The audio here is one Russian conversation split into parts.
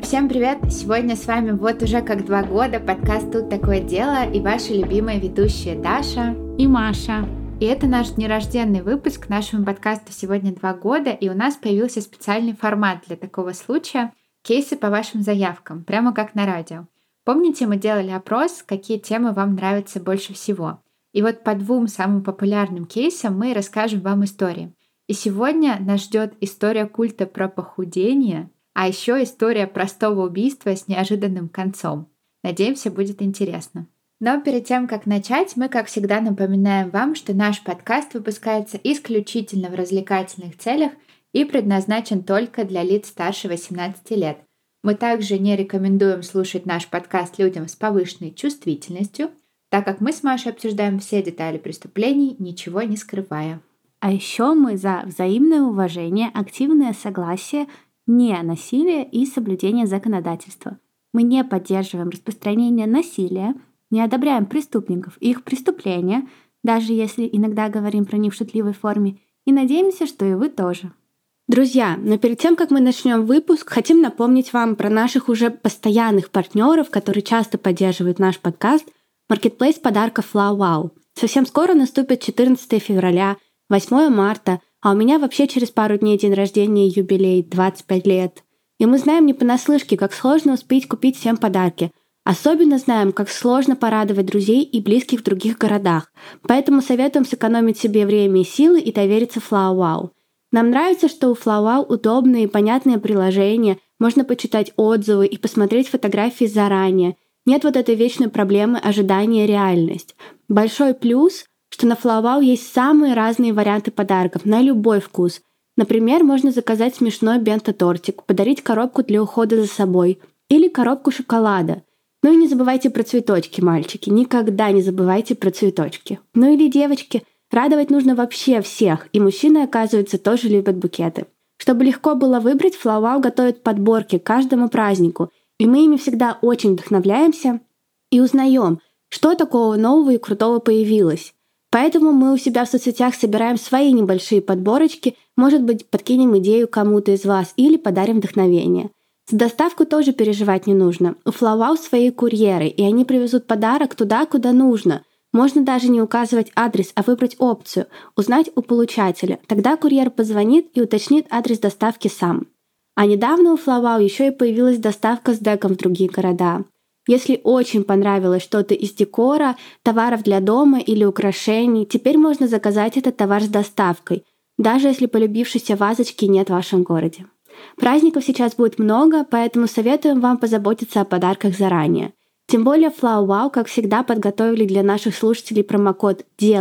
Всем привет! Сегодня с вами вот уже как 2 года подкаст «Тут такое дело» и ваши любимые ведущие Даша и Маша. И это наш нерожденный выпуск нашему подкасту сегодня 2 года, и у нас появился специальный формат для такого случая — кейсы по вашим заявкам, прямо как на радио. Помните, мы делали опрос, какие темы вам нравятся больше всего? И вот по 2 самым популярным кейсам мы расскажем вам истории. И сегодня нас ждет история культа про похудение, а еще история простого убийства с неожиданным концом. Надеемся, будет интересно. Но перед тем, как начать, мы, как всегда, напоминаем вам, что наш подкаст выпускается исключительно в развлекательных целях и предназначен только для лиц старше 18 лет. Мы также не рекомендуем слушать наш подкаст людям с повышенной чувствительностью, так как мы с Машей обсуждаем все детали преступлений, ничего не скрывая. А еще мы за взаимное уважение, активное согласие, не насилие и соблюдение законодательства. Мы не поддерживаем распространение насилия, не одобряем преступников и их преступления, даже если иногда говорим про них в шутливой форме, и надеемся, что и вы тоже. Друзья, но перед тем, как мы начнем выпуск, хотим напомнить вам про наших уже постоянных партнеров, которые часто поддерживают наш подкаст, маркетплейс подарков FlowWow. Совсем скоро наступит 14 февраля, 8 марта, а у меня вообще через пару дней день рождения и юбилей, 25 лет. И мы знаем не понаслышке, как сложно успеть купить всем подарки. Особенно знаем, как сложно порадовать друзей и близких в других городах. Поэтому советуем сэкономить себе время и силы и довериться FlowWow. Нам нравится, что у FlowWow удобные и понятные приложения, можно почитать отзывы и посмотреть фотографии заранее. Нет вот этой вечной проблемы ожидания и реальность. Большой плюс — что на FlowWow есть самые разные варианты подарков на любой вкус. Например, можно заказать смешной бенто-тортик, подарить коробку для ухода за собой или коробку шоколада. Ну и не забывайте про цветочки, мальчики, никогда не забывайте про цветочки. Ну или девочки, радовать нужно вообще всех, и мужчины, оказывается, тоже любят букеты. Чтобы легко было выбрать, FlowWow готовит подборки к каждому празднику, и мы ими всегда очень вдохновляемся и узнаем, что такого нового и крутого появилось. Поэтому мы у себя в соцсетях собираем свои небольшие подборочки, может быть, подкинем идею кому-то из вас или подарим вдохновение. За доставку тоже переживать не нужно. У FlowWow свои курьеры, и они привезут подарок туда, куда нужно. Можно даже не указывать адрес, а выбрать опцию «Узнать у получателя». Тогда курьер позвонит и уточнит адрес доставки сам. А недавно у FlowWow еще и появилась доставка с деком в другие города. Если очень понравилось что-то из декора, товаров для дома или украшений, теперь можно заказать этот товар с доставкой, даже если полюбившейся вазочки нет в вашем городе. Праздников сейчас будет много, поэтому советуем вам позаботиться о подарках заранее. Тем более FlowWow, как всегда, подготовили для наших слушателей промокод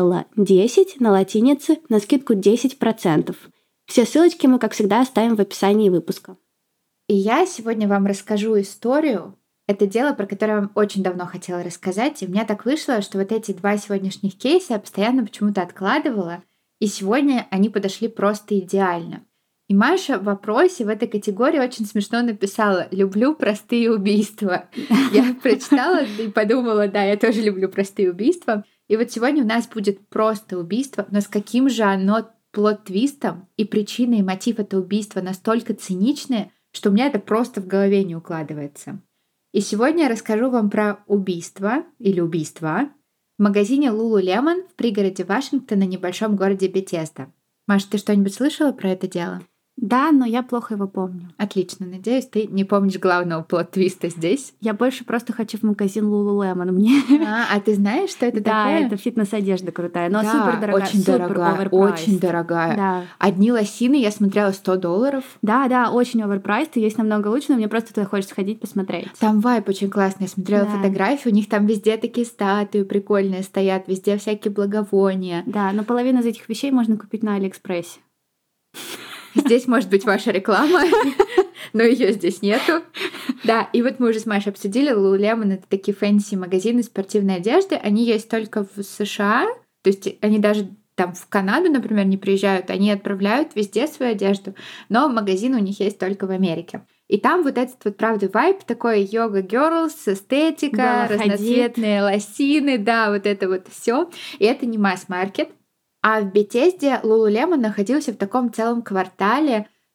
DELO10 на латинице на скидку 10%. Все ссылочки мы, как всегда, оставим в описании выпуска. И я сегодня вам расскажу историю. Это дело, про которое я вам очень давно хотела рассказать, и у меня так вышло, что вот эти 2 сегодняшних кейса я постоянно почему-то откладывала, и сегодня они подошли просто идеально. И Маша в вопросе в этой категории очень смешно написала «люблю простые убийства». Я прочитала и подумала, да, я тоже люблю простые убийства. И вот сегодня у нас будет просто убийство, но с каким же оно плот-твистом, и причина и мотив этого убийства настолько циничные, что у меня это просто в голове не укладывается. И сегодня я расскажу вам про убийство или убийства в магазине Lululemon в пригороде Вашингтона, небольшом городе Бетесда. Маша, ты что-нибудь слышала про это дело? Да, но я плохо его помню. Отлично, надеюсь, ты не помнишь главного плот-твиста здесь. Я больше просто хочу в магазин Lululemon. Мне. А ты знаешь, что это такое? Да, это фитнес-одежда крутая, но да, супер дорогая, очень дорогая, очень дорогая. Да. Одни лосины я смотрела $100. Да, очень оверпрайс, есть намного лучше, но мне просто туда хочется сходить посмотреть. Там вайб очень классный, я смотрела фотографии, у них там везде такие статуи прикольные стоят, везде всякие благовония. Да, но половину из этих вещей можно купить на Алиэкспрессе. Здесь может быть ваша реклама, но ее здесь нету. Да, и вот мы уже с Машей обсудили, Lululemon — это такие фэнси-магазины спортивной одежды. Они есть только в США, то есть они даже там в Канаду, например, не приезжают, они отправляют везде свою одежду, но магазин у них есть только в Америке. И там вот этот вот, правда, вайб такой йога-герлс, эстетика, разноцветные лосины, да, вот это вот все. И это не масс-маркет. А в Бетесде Lululemon находился в таком целом квартале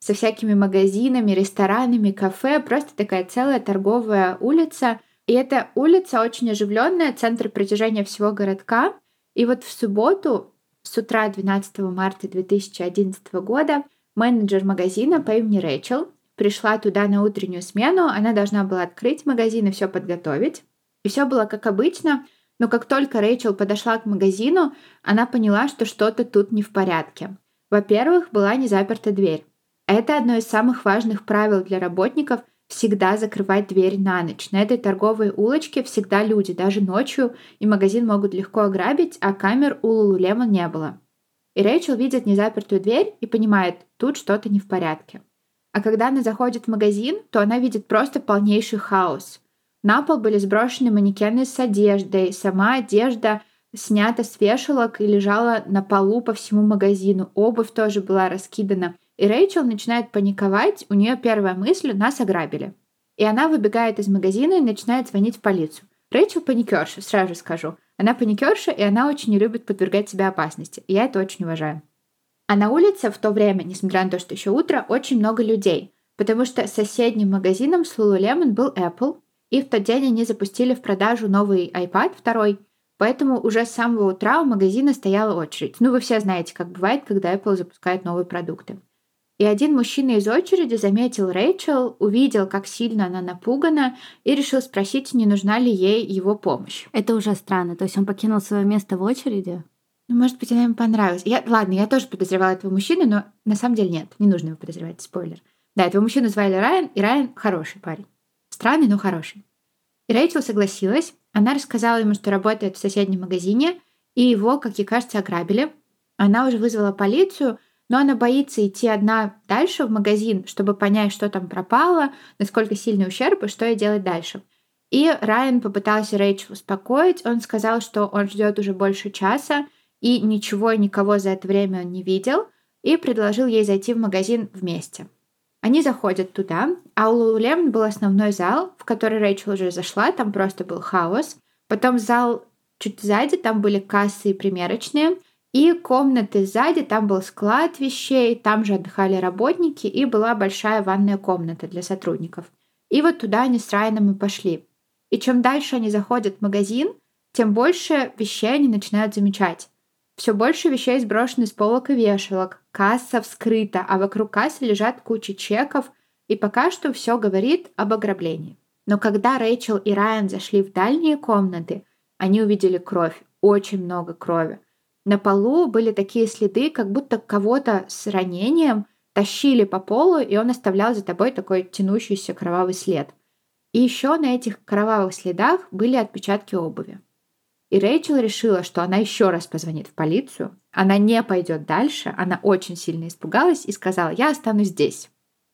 со всякими магазинами, ресторанами, кафе, просто такая целая торговая улица. И эта улица очень оживленная, центр притяжения всего городка. И вот в субботу, с утра 12 марта 2011 года, менеджер магазина по имени Рэйчел пришла туда на утреннюю смену. Она должна была открыть магазин и все подготовить. И все было как обычно. Но как только Рэйчел подошла к магазину, она поняла, что что-то тут не в порядке. Во-первых, была не заперта дверь. Это одно из самых важных правил для работников — всегда закрывать дверь на ночь. На этой торговой улочке всегда люди, даже ночью, и магазин могут легко ограбить, а камер у Lululemon не было. И Рэйчел видит незапертую дверь и понимает, тут что-то не в порядке. А когда она заходит в магазин, то она видит просто полнейший хаос. На пол были сброшены манекены с одеждой, сама одежда снята с вешалок и лежала на полу по всему магазину. Обувь тоже была раскидана. И Рэйчел начинает паниковать, у нее первая мысль — нас ограбили. И она выбегает из магазина и начинает звонить в полицию. Рэйчел паникерша, сразу же скажу. Она паникерша, и она очень не любит подвергать себя опасности. И я это очень уважаю. А на улице в то время, несмотря на то, что еще утро, очень много людей. Потому что соседним магазином с Lululemon был Apple. И в тот день они запустили в продажу новый iPad 2. Поэтому уже с самого утра у магазина стояла очередь. Ну, вы все знаете, как бывает, когда Apple запускает новые продукты. И один мужчина из очереди заметил Рэйчел, увидел, как сильно она напугана, и решил спросить, не нужна ли ей его помощь. Это уже странно. То есть он покинул свое место в очереди? Ну, может быть, она ему понравилась. Ладно, я тоже подозревала этого мужчину, но на самом деле нет, не нужно его подозревать, спойлер. Да, этого мужчину звали Райан, и Райан хороший парень. Странный, но хороший. И Рэйчел согласилась. Она рассказала ему, что работает в соседнем магазине, и его, как ей кажется, ограбили. Она уже вызвала полицию, но она боится идти одна дальше в магазин, чтобы понять, что там пропало, насколько сильный ущерб и что ей делать дальше. И Райан попытался Рэйчел успокоить. Он сказал, что он ждет уже больше часа, и ничего и никого за это время он не видел, и предложил ей зайти в магазин вместе. Они заходят туда, а у Lululemon был основной зал, в который Рэйчел уже зашла, там просто был хаос. Потом зал чуть сзади, там были кассы и примерочные, и комнаты сзади, там был склад вещей, там же отдыхали работники, и была большая ванная комната для сотрудников. И вот туда они с Райаном и пошли. И чем дальше они заходят в магазин, тем больше вещей они начинают замечать. Все больше вещей сброшены с полок и вешалок, касса вскрыта, а вокруг кассы лежат куча чеков, и пока что все говорит об ограблении. Но когда Рэйчел и Райан зашли в дальние комнаты, они увидели кровь, очень много крови. На полу были такие следы, как будто кого-то с ранением тащили по полу, и он оставлял за тобой такой тянущийся кровавый след. И еще на этих кровавых следах были отпечатки обуви. И Рэйчел решила, что она еще раз позвонит в полицию, она не пойдет дальше, она очень сильно испугалась и сказала: «Я останусь здесь».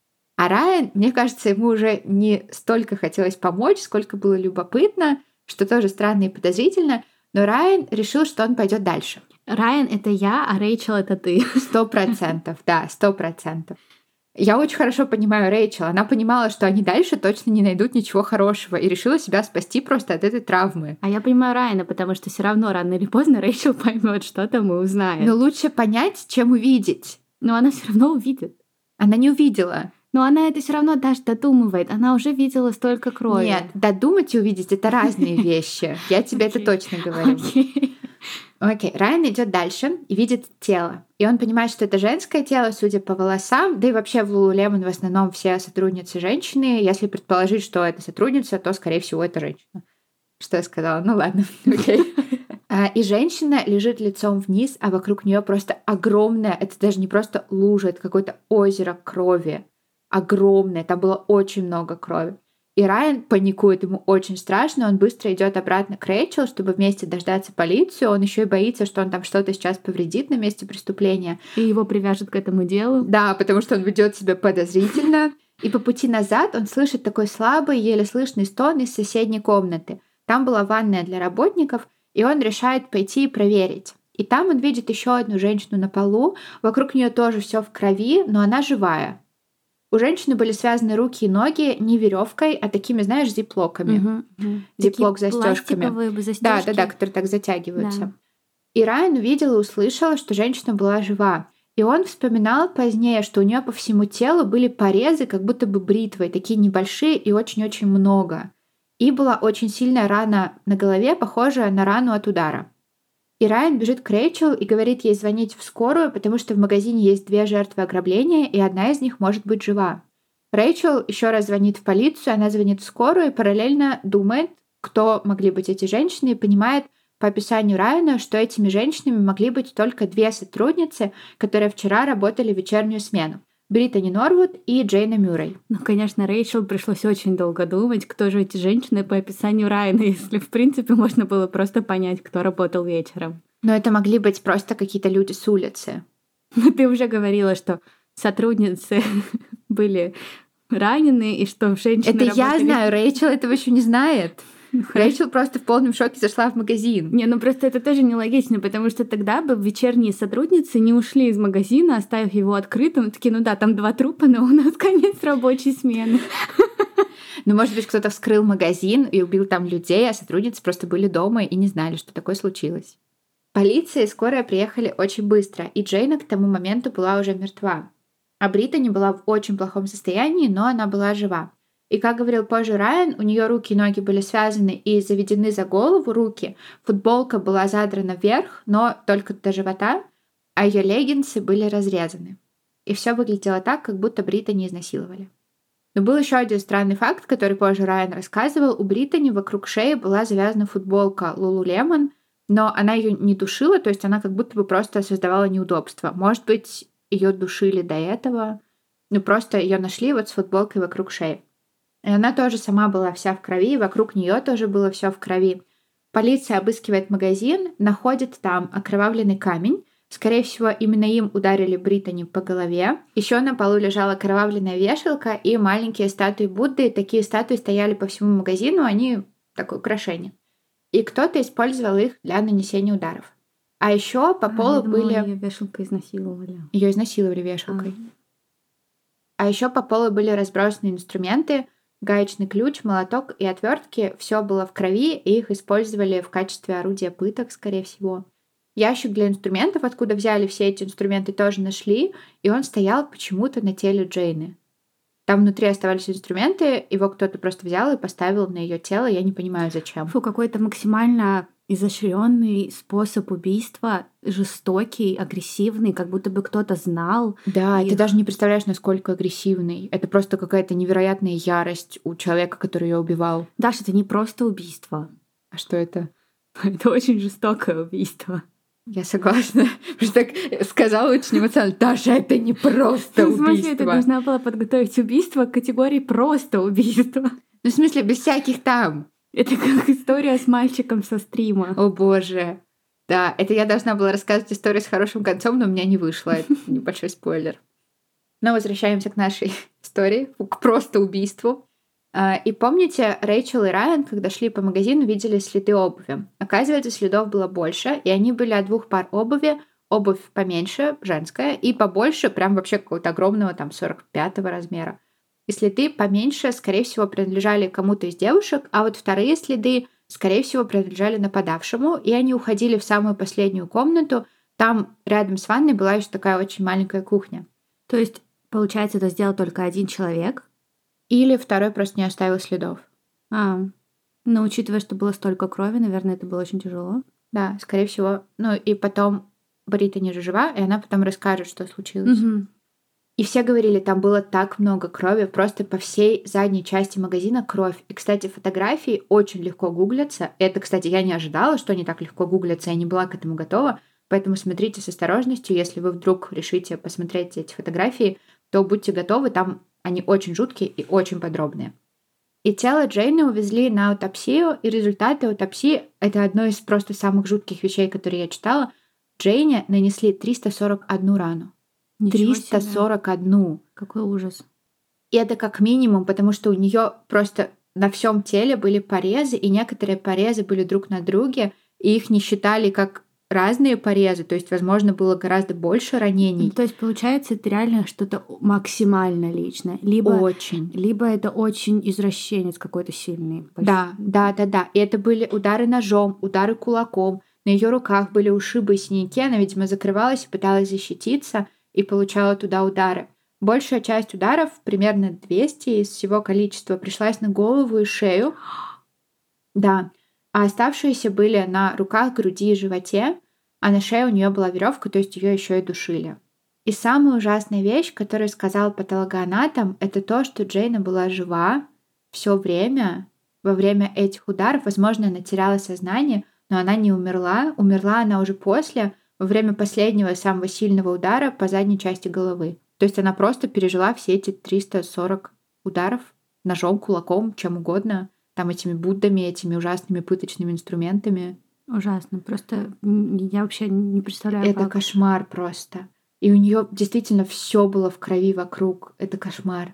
А Райан, мне кажется, ему уже не столько хотелось помочь, сколько было любопытно, что тоже странно и подозрительно, но Райан решил, что он пойдет дальше. Райан — это я, а Рэйчел — это ты. 100%, да, 100%. Я очень хорошо понимаю Рэйчел. Она понимала, что они дальше точно не найдут ничего хорошего и решила себя спасти просто от этой травмы. А я понимаю Райана, потому что все равно рано или поздно Рэйчел поймет что-то, мы узнаем. Но лучше понять, чем увидеть. Но она все равно увидит. Она не увидела. Но она это все равно даже додумывает. Она уже видела столько крови. Нет, додумать и увидеть — это разные вещи. Я тебе это точно говорю. Окей, Райан идет дальше и видит тело. И он понимает, что это женское тело, судя по волосам. Да и вообще в Lululemon в основном все сотрудницы женщины. Если предположить, что это сотрудница, то, скорее всего, это женщина. Что я сказала? Ну ладно, окей. И женщина лежит лицом вниз, а вокруг нее просто огромное, это даже не просто лужа, это какое-то озеро крови. Огромное, там было очень много крови. И Райан паникует, ему очень страшно, он быстро идет обратно к Рэйчел, чтобы вместе дождаться полицию. Он еще и боится, что он там что-то сейчас повредит на месте преступления. И его привяжут к этому делу. Да, потому что он ведет себя подозрительно. И по пути назад он слышит такой слабый, еле слышный стон из соседней комнаты. Там была ванная для работников, и он решает пойти и проверить. И там он видит еще одну женщину на полу, вокруг нее тоже все в крови, но она живая. У женщины были связаны руки и ноги не веревкой, а такими, знаешь, зиплоками. Зиплок застежками. Да, которые так затягиваются. Да. И Райан увидел и услышал, что женщина была жива. И он вспоминал позднее, что у нее по всему телу были порезы, как будто бы бритвой, такие небольшие и очень-очень много. И была очень сильная рана на голове, похожая на рану от удара. И Райан бежит к Рэйчел и говорит ей звонить в скорую, потому что в магазине есть 2 жертвы ограбления, и одна из них может быть жива. Рэйчел еще раз звонит в полицию, она звонит в скорую и параллельно думает, кто могли быть эти женщины, и понимает по описанию Райана, что этими женщинами могли быть только 2 сотрудницы, которые вчера работали в вечернюю смену. Британи Норвуд и Джейна Мюррей. Ну, конечно, Рэйчел пришлось очень долго думать, кто же эти женщины по описанию Райана, если, в принципе, можно было просто понять, кто работал вечером. Но это могли быть просто какие-то люди с улицы. Но ты уже говорила, что сотрудницы были ранены, и что женщины Это работали... я знаю, Рэйчел этого еще не знает. Рэйчел просто в полном шоке зашла в магазин. Не, ну просто это тоже нелогично, потому что тогда бы вечерние сотрудницы не ушли из магазина, оставив его открытым. Такие, ну да, там 2 трупа, но у нас конец рабочей смены. Ну, может быть, кто-то вскрыл магазин и убил там людей, а сотрудницы просто были дома и не знали, что такое случилось. Полиция и скорая приехали очень быстро, и Джейна к тому моменту была уже мертва. А Британи была в очень плохом состоянии, но она была жива. И, как говорил позже Райан, у нее руки и ноги были связаны и заведены за голову руки, футболка была задрана вверх, но только до живота, а ее леггинсы были разрезаны. И все выглядело так, как будто Британи изнасиловали. Но был еще один странный факт, который позже Райан рассказывал. У Британи вокруг шеи была завязана футболка Lululemon, но она ее не душила, то есть она как будто бы просто создавала неудобства. Может быть, ее душили до этого, но просто ее нашли вот с футболкой вокруг шеи. И она тоже сама была вся в крови, и вокруг нее тоже было все в крови. Полиция обыскивает магазин, находит там окровавленный камень. Скорее всего, именно им ударили Британи по голове. Еще на полу лежала окровавленная вешалка и маленькие статуи Будды. Такие статуи стояли по всему магазину, они такое украшение. И кто-то использовал их для нанесения ударов. А еще по полу были... Ее вешалкой изнасиловали. Ее изнасиловали вешалкой. А еще по полу были разбросаны инструменты, гаечный ключ, молоток и отвертки. Все было в крови, и их использовали в качестве орудия пыток, скорее всего. Ящик для инструментов, откуда взяли все эти инструменты, тоже нашли, и он стоял почему-то на теле Джейны. Там внутри оставались инструменты, его кто-то просто взял и поставил на ее тело, я не понимаю, зачем. Фу, какой-то максимально изощренный способ убийства, жестокий, агрессивный, как будто бы кто-то знал. Да, их. ты даже не представляешь, насколько агрессивный. Это просто какая-то невероятная ярость у человека, который ее убивал. Даша, это не просто убийство. А что это? Это очень жестокое убийство. Я согласна. Потому что так сказала очень эмоционально. Даша, это не просто В смысле, убийство. ты должна была подготовить убийство к категории просто убийство. Ну, в смысле, без всяких там. Это как история с мальчиком со стрима. О боже. Да, это я должна была рассказывать историю с хорошим концом, но у меня не вышло. Это небольшой спойлер. Но возвращаемся к нашей истории, к просто убийству. И помните, Рэйчел и Райан, когда шли по магазину, видели следы обуви. Оказывается, следов было больше, и они были от 2 пар обуви. Обувь поменьше, женская, и побольше, прям вообще какого-то огромного, там, 45-го размера. И следы поменьше, скорее всего, принадлежали кому-то из девушек, а вот вторые следы, скорее всего, принадлежали нападавшему, и они уходили в самую последнюю комнату. Там рядом с ванной была еще такая очень маленькая кухня. То есть, получается, это сделал только один человек? Или второй просто не оставил следов. Но учитывая, что было столько крови, наверное, это было очень тяжело. Да, скорее всего. Ну и потом Британи же жива, и она потом расскажет, что случилось. Угу. И все говорили, там было так много крови, просто по всей задней части магазина кровь. И, кстати, фотографии очень легко гуглятся. Это, кстати, я не ожидала, что они так легко гуглятся, я не была к этому готова. Поэтому смотрите с осторожностью. Если вы вдруг решите посмотреть эти фотографии, то будьте готовы, там они очень жуткие и очень подробные. И тело Джейны увезли на аутопсию, и результаты аутопсии — это одно из просто самых жутких вещей, которые я читала. Джейне нанесли 341 рану. 341. Какой ужас. И это как минимум, потому что у нее просто на всем теле были порезы, и некоторые порезы были друг на друге, и их не считали как разные порезы, то есть, возможно, было гораздо больше ранений. То есть, получается, это реально что-то максимально личное. Либо это очень извращенец какой-то сильный. Да. И это были удары ножом, удары кулаком. На ее руках были ушибы и синяки, она, видимо, закрывалась и пыталась защититься. и получала туда удары. Большая часть ударов, примерно 200 из всего количества, пришлась на голову и шею. Да, а оставшиеся были на руках, груди и животе, а на шее у нее была веревка, то есть ее еще и душили. И самая ужасная вещь, которую сказал патологоанатом, это то, что Джейна была жива все время, во время этих ударов. Возможно, она теряла сознание, но она не умерла. Умерла она уже после, во время последнего самого сильного удара по задней части головы. То есть она просто пережила все эти 340 ударов ножом, кулаком, чем угодно, там этими Буддами, этими ужасными пыточными инструментами. Ужасно. Просто я вообще не представляю. Это кошмар просто. И у нее действительно все было в крови вокруг. Это кошмар.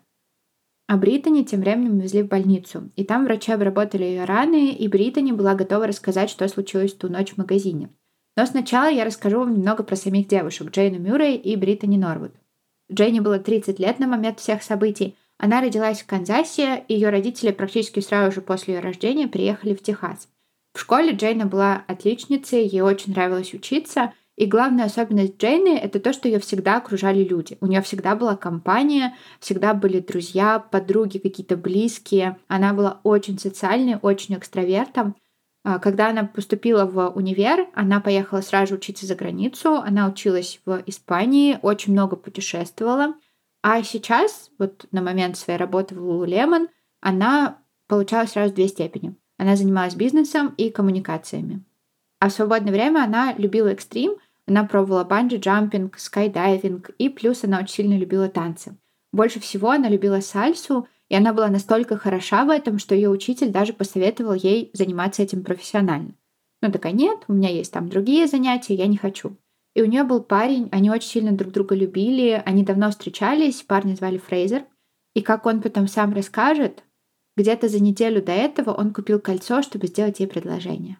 А Британи тем временем везли в больницу. И там врачи обработали ее раны, и Британи была готова рассказать, что случилось ту ночь в магазине. Но сначала я расскажу вам немного про самих девушек, Джейну Мюррей и Британи Норвуд. Джейне было 30 лет на момент всех событий. Она родилась в Канзасе, и ее родители практически сразу же после ее рождения приехали в Техас. В школе Джейна была отличницей, ей очень нравилось учиться, и главная особенность Джейны — это то, что ее всегда окружали люди. У нее всегда была компания, всегда были друзья, подруги какие-то близкие. Она была очень социальной, очень экстравертом. Когда она поступила в универ, она поехала сразу же учиться за границу. Она училась в Испании, очень много путешествовала. А сейчас, вот на момент своей работы в Lululemon, она получала сразу 2 степени. Она занималась бизнесом и коммуникациями. А в свободное время она любила экстрим. Она пробовала банджи-джампинг, скайдайвинг, и плюс она очень сильно любила танцы. Больше всего она любила сальсу, и она была настолько хороша в этом, что ее учитель даже посоветовал ей заниматься этим профессионально. Ну такая: нет, у меня есть там другие занятия, я не хочу. И у нее был парень, они очень сильно друг друга любили, они давно встречались, парня звали Фрейзер. И как он потом сам расскажет, где-то за неделю до этого он купил кольцо, чтобы сделать ей предложение.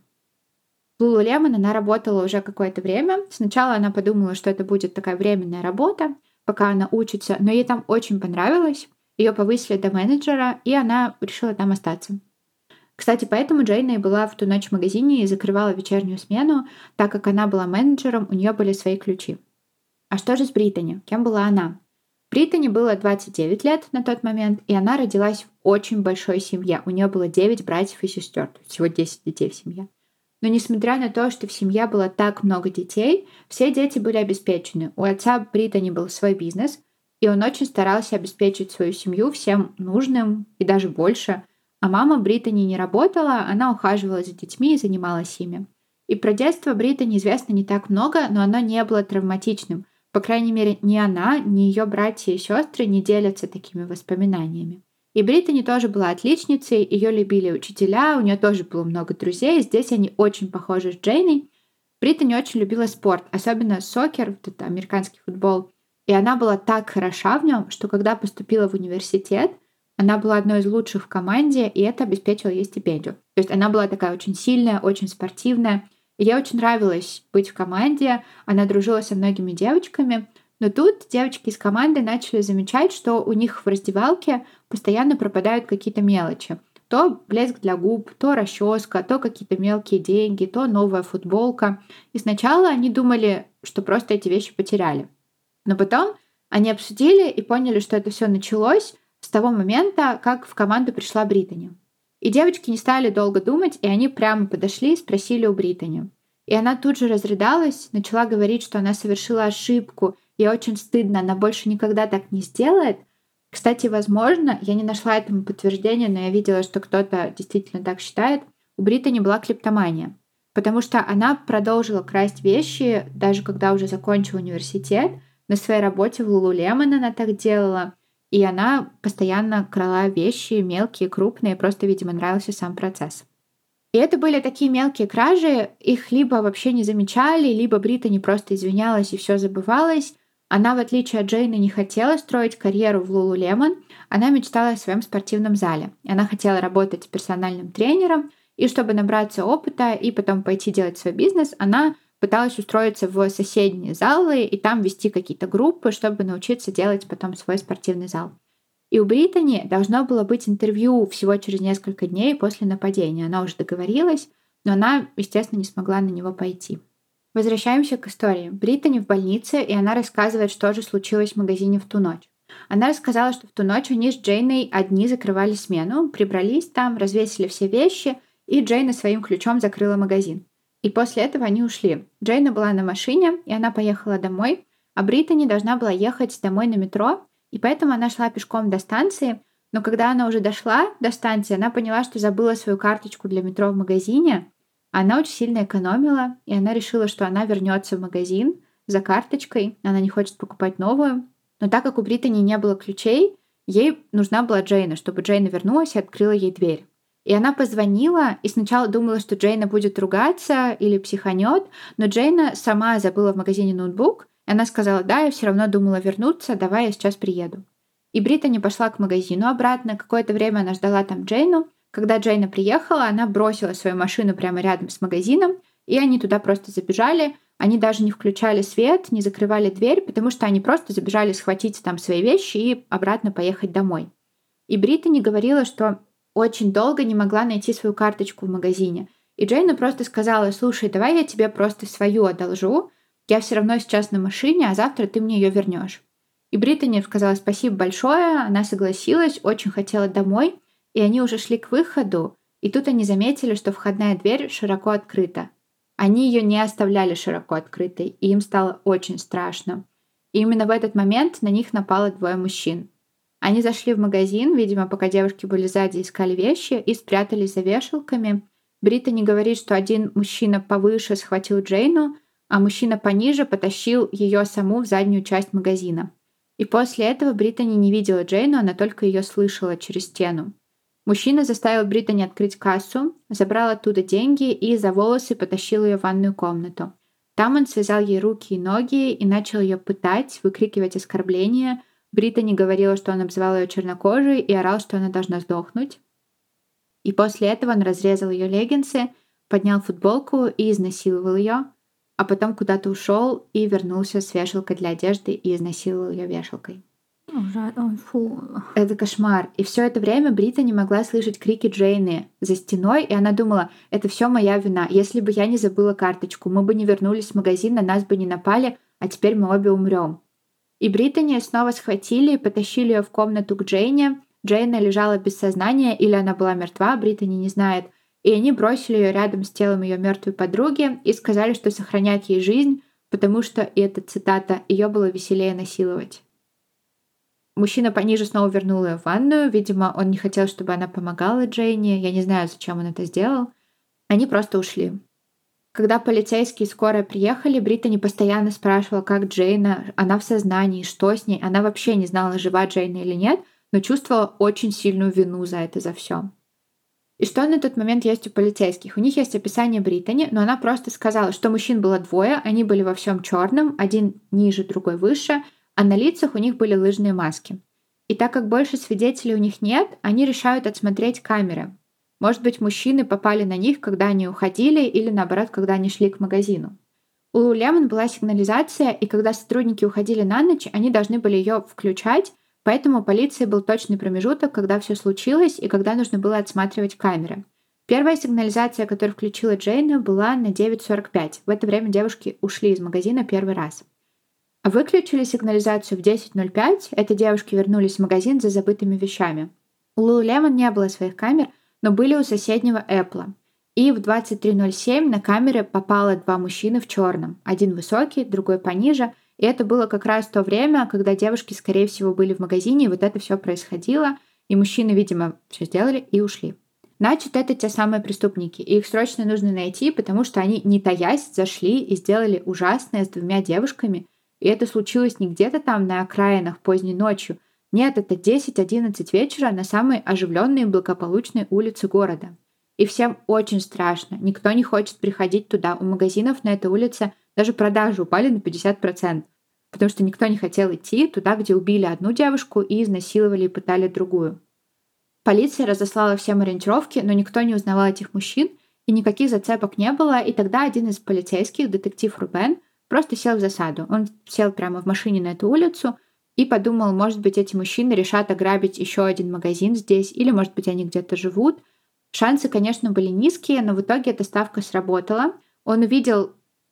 В Lululemon она работала уже какое-то время. Сначала она подумала, что это будет такая временная работа, пока она учится, но ей там очень понравилось. Ее повысили до менеджера, и она решила там остаться. Кстати, поэтому Джейна и была в ту ночь в магазине и закрывала вечернюю смену, так как она была менеджером, у нее были свои ключи. А что же с Британи? Кем была она? Британи было 29 лет на тот момент, и она родилась в очень большой семье. У нее было 9 братьев и сестер, всего 10 детей в семье. Но несмотря на то, что в семье было так много детей, все дети были обеспечены. У отца Британи был свой бизнес, и он очень старался обеспечить свою семью всем нужным и даже больше. А мама Британи не работала, она ухаживала за детьми и занималась ими. И про детство Британи известно не так много, но оно не было травматичным. По крайней мере, ни она, ни ее братья и сестры не делятся такими воспоминаниями. И Британи тоже была отличницей, ее любили учителя, у нее тоже было много друзей, здесь они очень похожи с Джейной. Британи очень любила спорт, особенно сокер, вот это американский футбол. И она была так хороша в нем, что когда поступила в университет, она была одной из лучших в команде, и это обеспечило ей стипендию. То есть она была такая очень сильная, очень спортивная. И ей очень нравилось быть в команде, она дружила со многими девочками. Но тут девочки из команды начали замечать, что у них в раздевалке постоянно пропадают какие-то мелочи. То блеск для губ, то расческа, то какие-то мелкие деньги, то новая футболка. И сначала они думали, что просто эти вещи потеряли. Но потом они обсудили и поняли, что это все началось с того момента, как в команду пришла Британи. И девочки не стали долго думать, и они прямо подошли и спросили у Британи. И она тут же разрыдалась, начала говорить, что она совершила ошибку, ей очень стыдно, она больше никогда так не сделает. Кстати, возможно, я не нашла этому подтверждения, но я видела, что кто-то действительно так считает, у Британи была клептомания. Потому что она продолжила красть вещи, даже когда уже закончила университет. На своей работе в Lululemon она так делала. И она постоянно крала вещи, мелкие, крупные, просто, видимо, нравился сам процесс. И это были такие мелкие кражи, их либо вообще не замечали, либо Британи просто извинялась и все забывалось. Она, в отличие от Джейны, не хотела строить карьеру в Lululemon, она мечтала о своем спортивном зале. Она хотела работать персональным тренером, и чтобы набраться опыта и потом пойти делать свой бизнес, она пыталась устроиться в соседние залы и там вести какие-то группы, чтобы научиться делать потом свой спортивный зал. И у Британи должно было быть интервью всего через несколько дней после нападения. Она уже договорилась, но она, естественно, не смогла на него пойти. Возвращаемся к истории. Британи в больнице, и она рассказывает, что же случилось в магазине в ту ночь. Она рассказала, что в ту ночь они с Джейной одни закрывали смену, прибрались там, развесили все вещи, и Джейна своим ключом закрыла магазин. И после этого они ушли. Джейна была на машине, и она поехала домой, а Британи должна была ехать домой на метро, и поэтому она шла пешком до станции, но когда она уже дошла до станции, она поняла, что забыла свою карточку для метро в магазине. Она очень сильно экономила, и она решила, что она вернется в магазин за карточкой, она не хочет покупать новую. Но так как у Британи не было ключей, ей нужна была Джейна, чтобы Джейна вернулась и открыла ей дверь. И она позвонила, и сначала думала, что Джейна будет ругаться или психанет, но Джейна сама забыла в магазине ноутбук, и она сказала: «Да, я все равно думала вернуться, давай я сейчас приеду». И Британи пошла к магазину обратно, какое-то время она ждала там Джейну. Когда Джейна приехала, она бросила свою машину прямо рядом с магазином, и они туда просто забежали. Они даже не включали свет, не закрывали дверь, потому что они просто забежали схватить там свои вещи и обратно поехать домой. И Британи говорила, что очень долго не могла найти свою карточку в магазине. И Джейна просто сказала: «Слушай, давай я тебе просто свою одолжу, я все равно сейчас на машине, а завтра ты мне ее вернешь». И Британи сказала спасибо большое, она согласилась, очень хотела домой, и они уже шли к выходу, и тут они заметили, что входная дверь широко открыта. Они ее не оставляли широко открытой, и им стало очень страшно. И именно в этот момент на них напало двое мужчин. Они зашли в магазин, видимо, пока девушки были сзади, искали вещи, и спрятались за вешалками. Британи говорит, что один мужчина повыше схватил Джейну, а мужчина пониже потащил ее саму в заднюю часть магазина. И после этого Британи не видела Джейну, она только ее слышала через стену. Мужчина заставил Британи открыть кассу, забрал оттуда деньги и за волосы потащил ее в ванную комнату. Там он связал ей руки и ноги и начал ее пытать, выкрикивать оскорбления. Британи говорила, что он обзывал ее чернокожей и орал, что она должна сдохнуть. И после этого он разрезал ее леггинсы, поднял футболку и изнасиловал ее, а потом куда-то ушел и вернулся с вешалкой для одежды и изнасиловал ее вешалкой. Ой, фу. Это кошмар. И все это время Британи могла слышать крики Джейны за стеной, и она думала: это все моя вина. Если бы я не забыла карточку, мы бы не вернулись в магазин, на нас бы не напали, а теперь мы обе умрем. И Британи снова схватили и потащили ее в комнату к Джейне. Джейна лежала без сознания, или она была мертва, Британи не знает. И они бросили ее рядом с телом ее мертвой подруги и сказали, что сохранят ей жизнь, потому что, и это цитата, ее было веселее насиловать. Мужчина пониже снова вернул ее в ванную. Видимо, он не хотел, чтобы она помогала Джейне. Я не знаю, зачем он это сделал. Они просто ушли. Когда полицейские и скорая приехали, Британи постоянно спрашивала, как Джейна, она в сознании, что с ней. Она вообще не знала, жива Джейна или нет, но чувствовала очень сильную вину за это, за все. И что на тот момент есть у полицейских? У них есть описание Британи, но она просто сказала, что мужчин было двое, они были во всем черном, один ниже, другой выше, а на лицах у них были лыжные маски. И так как больше свидетелей у них нет, они решают отсмотреть камеры. Может быть, мужчины попали на них, когда они уходили, или наоборот, когда они шли к магазину. У Lululemon была сигнализация, и когда сотрудники уходили на ночь, они должны были ее включать, поэтому у полиции был точный промежуток, когда все случилось и когда нужно было отсматривать камеры. Первая сигнализация, которую включила Джейна, была на 9:45. В это время девушки ушли из магазина первый раз. А выключили сигнализацию в 10:05. Это девушки вернулись в магазин за забытыми вещами. У Lululemon не было своих камер, но были у соседнего Apple. И в 23:07 на камеры попало два мужчины в черном. Один высокий, другой пониже. И это было как раз то время, когда девушки, скорее всего, были в магазине, и вот это все происходило. И мужчины, видимо, все сделали и ушли. Значит, это те самые преступники. И их срочно нужно найти, потому что они, не таясь, зашли и сделали ужасное с двумя девушками. И это случилось не где-то там на окраинах поздней ночью. Нет, это 10-11 вечера на самой оживленной и благополучной улице города. И всем очень страшно. Никто не хочет приходить туда. У магазинов на этой улице даже продажи упали на 50%. Потому что никто не хотел идти туда, где убили одну девушку и изнасиловали и пытали другую. Полиция разослала всем ориентировки, но никто не узнавал этих мужчин, и никаких зацепок не было. И тогда один из полицейских, детектив Рубен, просто сел в засаду. Он сел прямо в машине на эту улицу и подумал, может быть, эти мужчины решат ограбить еще один магазин здесь, или, может быть, они где-то живут. Шансы, конечно, были низкие, но в итоге эта ставка сработала. Он увидел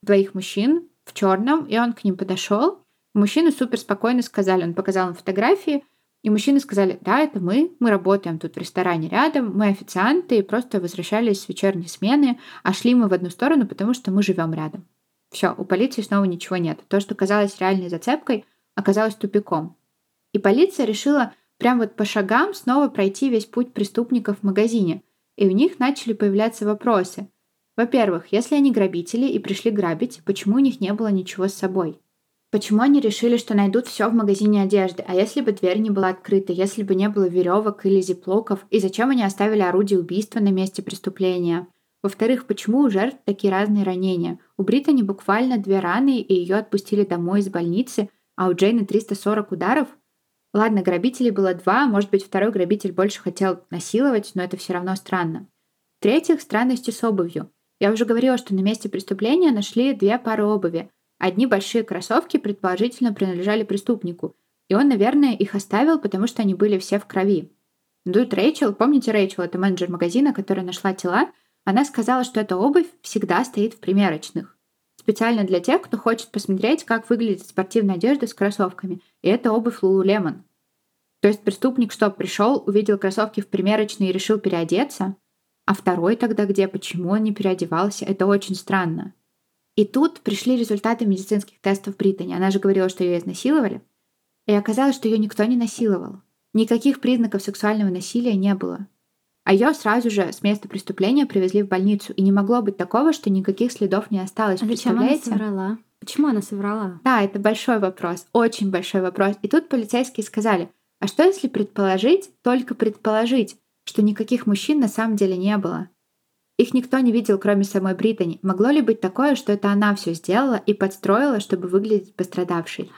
двоих мужчин в черном, и он к ним подошел. Мужчины супер спокойно сказали, он показал им фотографии, и мужчины сказали: да, это мы работаем тут в ресторане рядом, мы официанты, и просто возвращались с вечерней смены, а шли мы в одну сторону, потому что мы живем рядом. Все, у полиции снова ничего нет. То, что казалось реальной зацепкой, оказалось тупиком. И полиция решила прям вот по шагам снова пройти весь путь преступников в магазине, и у них начали появляться вопросы. Во-первых, если они грабители и пришли грабить, почему у них не было ничего с собой? Почему они решили, что найдут все в магазине одежды? А если бы дверь не была открыта, если бы не было веревок или зиплоков? И зачем они оставили орудие убийства на месте преступления? Во-вторых, почему у жертв такие разные ранения? У Британи буквально 2 раны, и ее отпустили домой из больницы, а у Джейны 340 ударов? Ладно, грабителей было 2, может быть, второй грабитель больше хотел насиловать, но это все равно странно. В-третьих, странности с обувью. Я уже говорила, что на месте преступления нашли 2 пары обуви. Одни большие кроссовки предположительно принадлежали преступнику, и он, наверное, их оставил, потому что они были все в крови. Но тут Рэйчел, помните Рэйчел, это менеджер магазина, которая нашла тела, она сказала, что эта обувь всегда стоит в примерочных. Специально для тех, кто хочет посмотреть, как выглядит спортивная одежда с кроссовками. И это обувь Lululemon. То есть преступник что, пришел, увидел кроссовки в примерочной и решил переодеться? А второй тогда где? Почему он не переодевался? Это очень странно. И тут пришли результаты медицинских тестов Британи. Она же говорила, что ее изнасиловали. И оказалось, что ее никто не насиловал. Никаких признаков сексуального насилия не было. А ее сразу же с места преступления привезли в больницу. И не могло быть такого, что никаких следов не осталось. А зачем она соврала? Почему она соврала? Да, это большой вопрос. Очень большой вопрос. И тут полицейские сказали: а что если предположить, только предположить, что никаких мужчин на самом деле не было? Их никто не видел, кроме самой Британи. Могло ли быть такое, что это она все сделала и подстроила, чтобы выглядеть пострадавшей?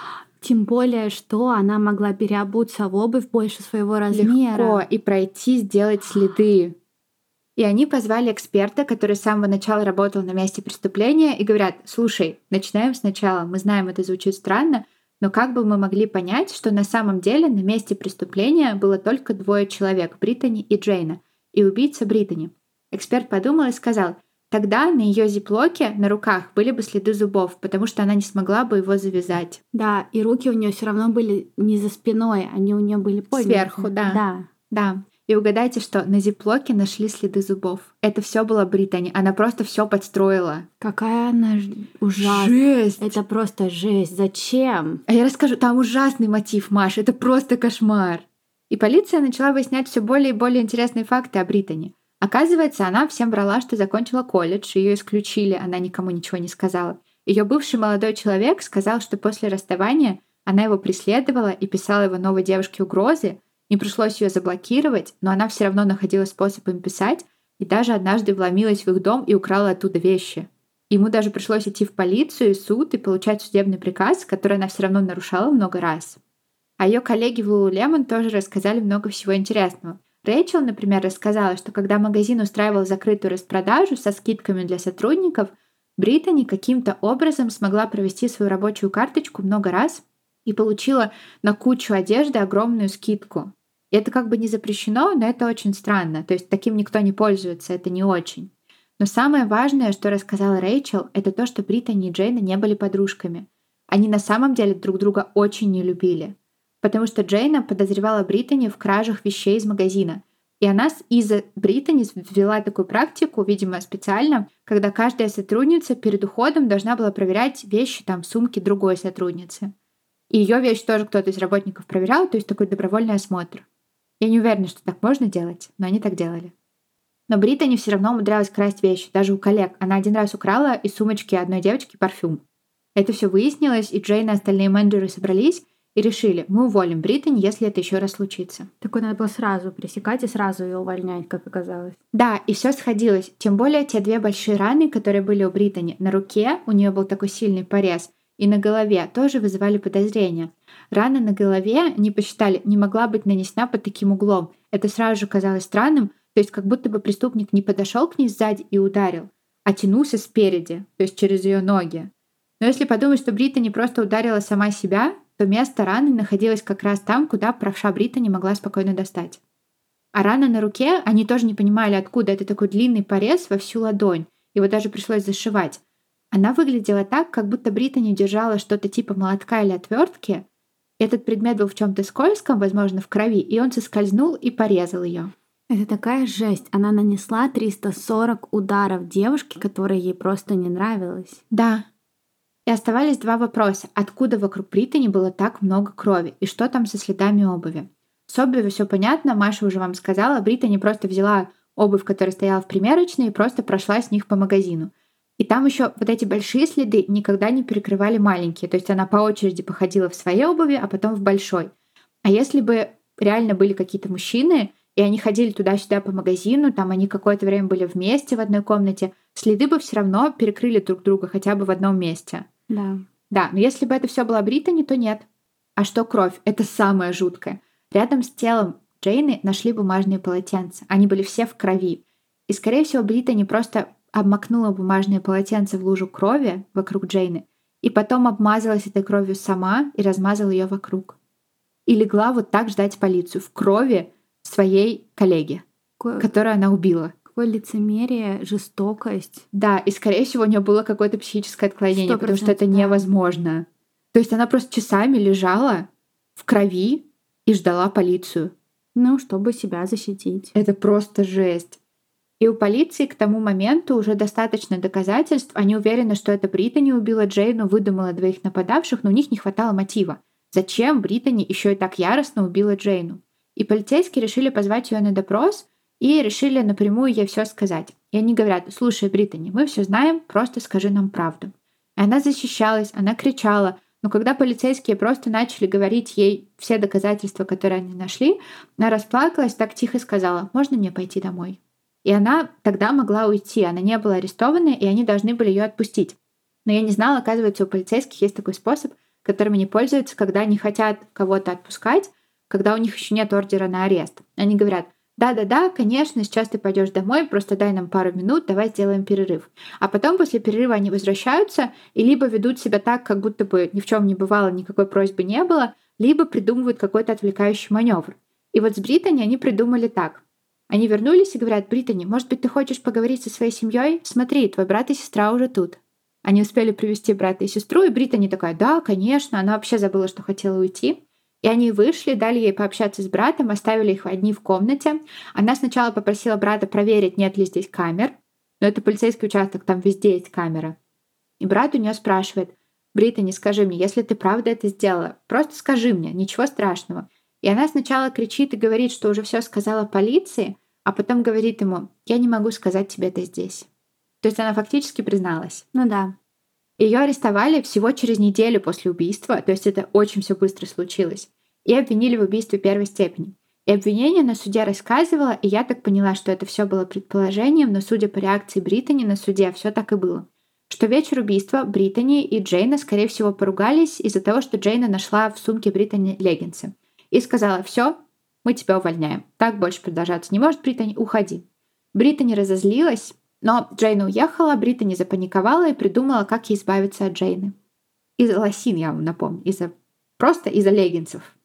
Тем более, что она могла переобуться в обувь больше своего размера. Легко и пройти, сделать следы. И они позвали эксперта, который с самого начала работал на месте преступления, и говорят: слушай, начинаем сначала. Мы знаем, это звучит странно, но как бы мы могли понять, что на самом деле на месте преступления было только 2 человек, Британи и Джейна, и убийца Британи. Эксперт подумал и сказал: тогда на ее зиплоке на руках были бы следы зубов, потому что она не смогла бы его завязать. Да, и руки у нее все равно были не за спиной, они у нее были подняты. Сверху, да. Да. И угадайте, что на зиплоке нашли следы зубов. Это все было Британи. Она просто все подстроила. Какая она ужасная. Жесть! Это просто жесть. Зачем? А я расскажу, там ужасный мотив, Маш. Это просто кошмар. И полиция начала выяснять все более и более интересные факты о Британи. Оказывается, она всем врала, что закончила колледж, ее исключили, она никому ничего не сказала. Ее бывший молодой человек сказал, что после расставания она его преследовала и писала его новой девушке угрозы. Не пришлось ее заблокировать, но она все равно находила способ им писать и даже однажды вломилась в их дом и украла оттуда вещи. Ему даже пришлось идти в полицию и суд и получать судебный приказ, который она все равно нарушала много раз. А ее коллеги в Lululemon тоже рассказали много всего интересного. Рэйчел, например, рассказала, что когда магазин устраивал закрытую распродажу со скидками для сотрудников, Британи каким-то образом смогла провести свою рабочую карточку много раз и получила на кучу одежды огромную скидку. И это как бы не запрещено, но это очень странно. То есть таким никто не пользуется, это не очень. Но самое важное, что рассказала Рэйчел, это то, что Британи и Джейна не были подружками. Они на самом деле друг друга очень не любили. Потому что Джейна подозревала Британи в кражах вещей из магазина. И она из-за Британи ввела такую практику, видимо, специально, когда каждая сотрудница перед уходом должна была проверять вещи там, в сумке другой сотрудницы. И ее вещь тоже кто-то из работников проверял, то есть такой добровольный осмотр. Я не уверена, что так можно делать, но они так делали. Но Британи все равно умудрялась красть вещи, даже у коллег. Она один раз украла из сумочки одной девочки парфюм. Это все выяснилось, и Джейн и остальные менеджеры собрались и решили: мы уволим Британи, если это еще раз случится. Такое надо было сразу пресекать и сразу ее увольнять, как оказалось. Да, и все сходилось. Тем более те 2 большие раны, которые были у Британи. На руке у нее был такой сильный порез, и на голове тоже вызывали подозрения. Рана на голове, они посчитали, не могла быть нанесена под таким углом. Это сразу же казалось странным, то есть как будто бы преступник не подошел к ней сзади и ударил, а тянулся спереди, то есть через ее ноги. Но если подумать, что Британи просто ударила сама себя, то место раны находилось как раз там, куда правша Британи могла спокойно достать. А рана на руке, они тоже не понимали, откуда. Это такой длинный порез во всю ладонь. Его даже пришлось зашивать. Она выглядела так, как будто Британи держала что-то типа молотка или отвертки. Этот предмет был в чем-то скользком, возможно, в крови, и он соскользнул и порезал ее. Это такая жесть. Она нанесла 340 ударов девушке, которая ей просто не нравилась. Да. И оставались два вопроса. Откуда вокруг Британи было так много крови? И что там со следами обуви? С обувью все понятно, Маша уже вам сказала. Британи просто взяла обувь, которая стояла в примерочной, и просто прошла с них по магазину. И там еще вот эти большие следы никогда не перекрывали маленькие. То есть она по очереди походила в своей обуви, а потом в большой. А если бы реально были какие-то мужчины, и они ходили туда-сюда по магазину, там они какое-то время были вместе в одной комнате, следы бы все равно перекрыли друг друга хотя бы в одном месте. Да. Да, но если бы это все было Британи, то нет. А что кровь? Это самое жуткое. Рядом с телом Джейны нашли бумажные полотенца. Они были все в крови. И, скорее всего, Британи просто обмакнула бумажные полотенца в лужу крови вокруг Джейны и потом обмазалась этой кровью сама и размазала ее вокруг. И легла вот так ждать полицию в крови своей коллеги, которую она убила. Какое лицемерие, жестокость. Да, и, скорее всего, у нее было какое-то психическое отклонение, потому что это да. невозможно. То есть она просто часами лежала в крови и ждала полицию. Ну, чтобы себя защитить. Это просто жесть. И у полиции к тому моменту уже достаточно доказательств. Они уверены, что это Британи убила Джейну, выдумала двоих нападавших, но у них не хватало мотива. Зачем Британи еще и так яростно убила Джейну? И полицейские решили позвать ее на допрос и решили напрямую ей все сказать. И они говорят: слушай, Британи, мы все знаем, просто скажи нам правду. И она защищалась, она кричала, но когда полицейские просто начали говорить ей все доказательства, которые они нашли, она расплакалась, так тихо сказала: можно мне пойти домой? И она тогда могла уйти, она не была арестована, и они должны были ее отпустить. Но я не знала, оказывается, у полицейских есть такой способ, которым они пользуются, когда они хотят кого-то отпускать, когда у них еще нет ордера на арест. Они говорят: да-да-да, конечно, сейчас ты пойдешь домой, просто дай нам пару минут, давай сделаем перерыв. А потом после перерыва они возвращаются и либо ведут себя так, как будто бы ни в чем не бывало, никакой просьбы не было, либо придумывают какой-то отвлекающий маневр. И вот с Британи они придумали так. Они вернулись и говорят: Британи, может быть, ты хочешь поговорить со своей семьей? Смотри, твой брат и сестра уже тут. Они успели привести брата и сестру, и Британи такая: да, конечно, она вообще забыла, что хотела уйти. И они вышли, дали ей пообщаться с братом, оставили их одни в комнате. Она сначала попросила брата проверить, нет ли здесь камер. Но это полицейский участок, там везде есть камеры. И брат у нее спрашивает: Британи, скажи мне, если ты правда это сделала, просто скажи мне, ничего страшного. И она сначала кричит и говорит, что уже все сказала полиции, а потом говорит ему: я не могу сказать тебе это здесь. То есть она фактически призналась. Ну да. Ее арестовали всего через неделю после убийства, то есть это очень все быстро случилось, и обвинили в убийстве первой степени. И обвинение на суде рассказывало, и я так поняла, что это все было предположением, но судя по реакции Британи на суде, все так и было. Что вечер убийства Британи и Джейна, скорее всего, поругались из-за того, что Джейна нашла в сумке Британи леггинсы. И сказала: все, мы тебя увольняем. Так больше продолжаться не может, Британи, уходи. Британи разозлилась, но Джейна уехала, Британи запаниковала и придумала, как ей избавиться от Джейны. Из-за лосин, я вам напомню, просто из-за леггинсов.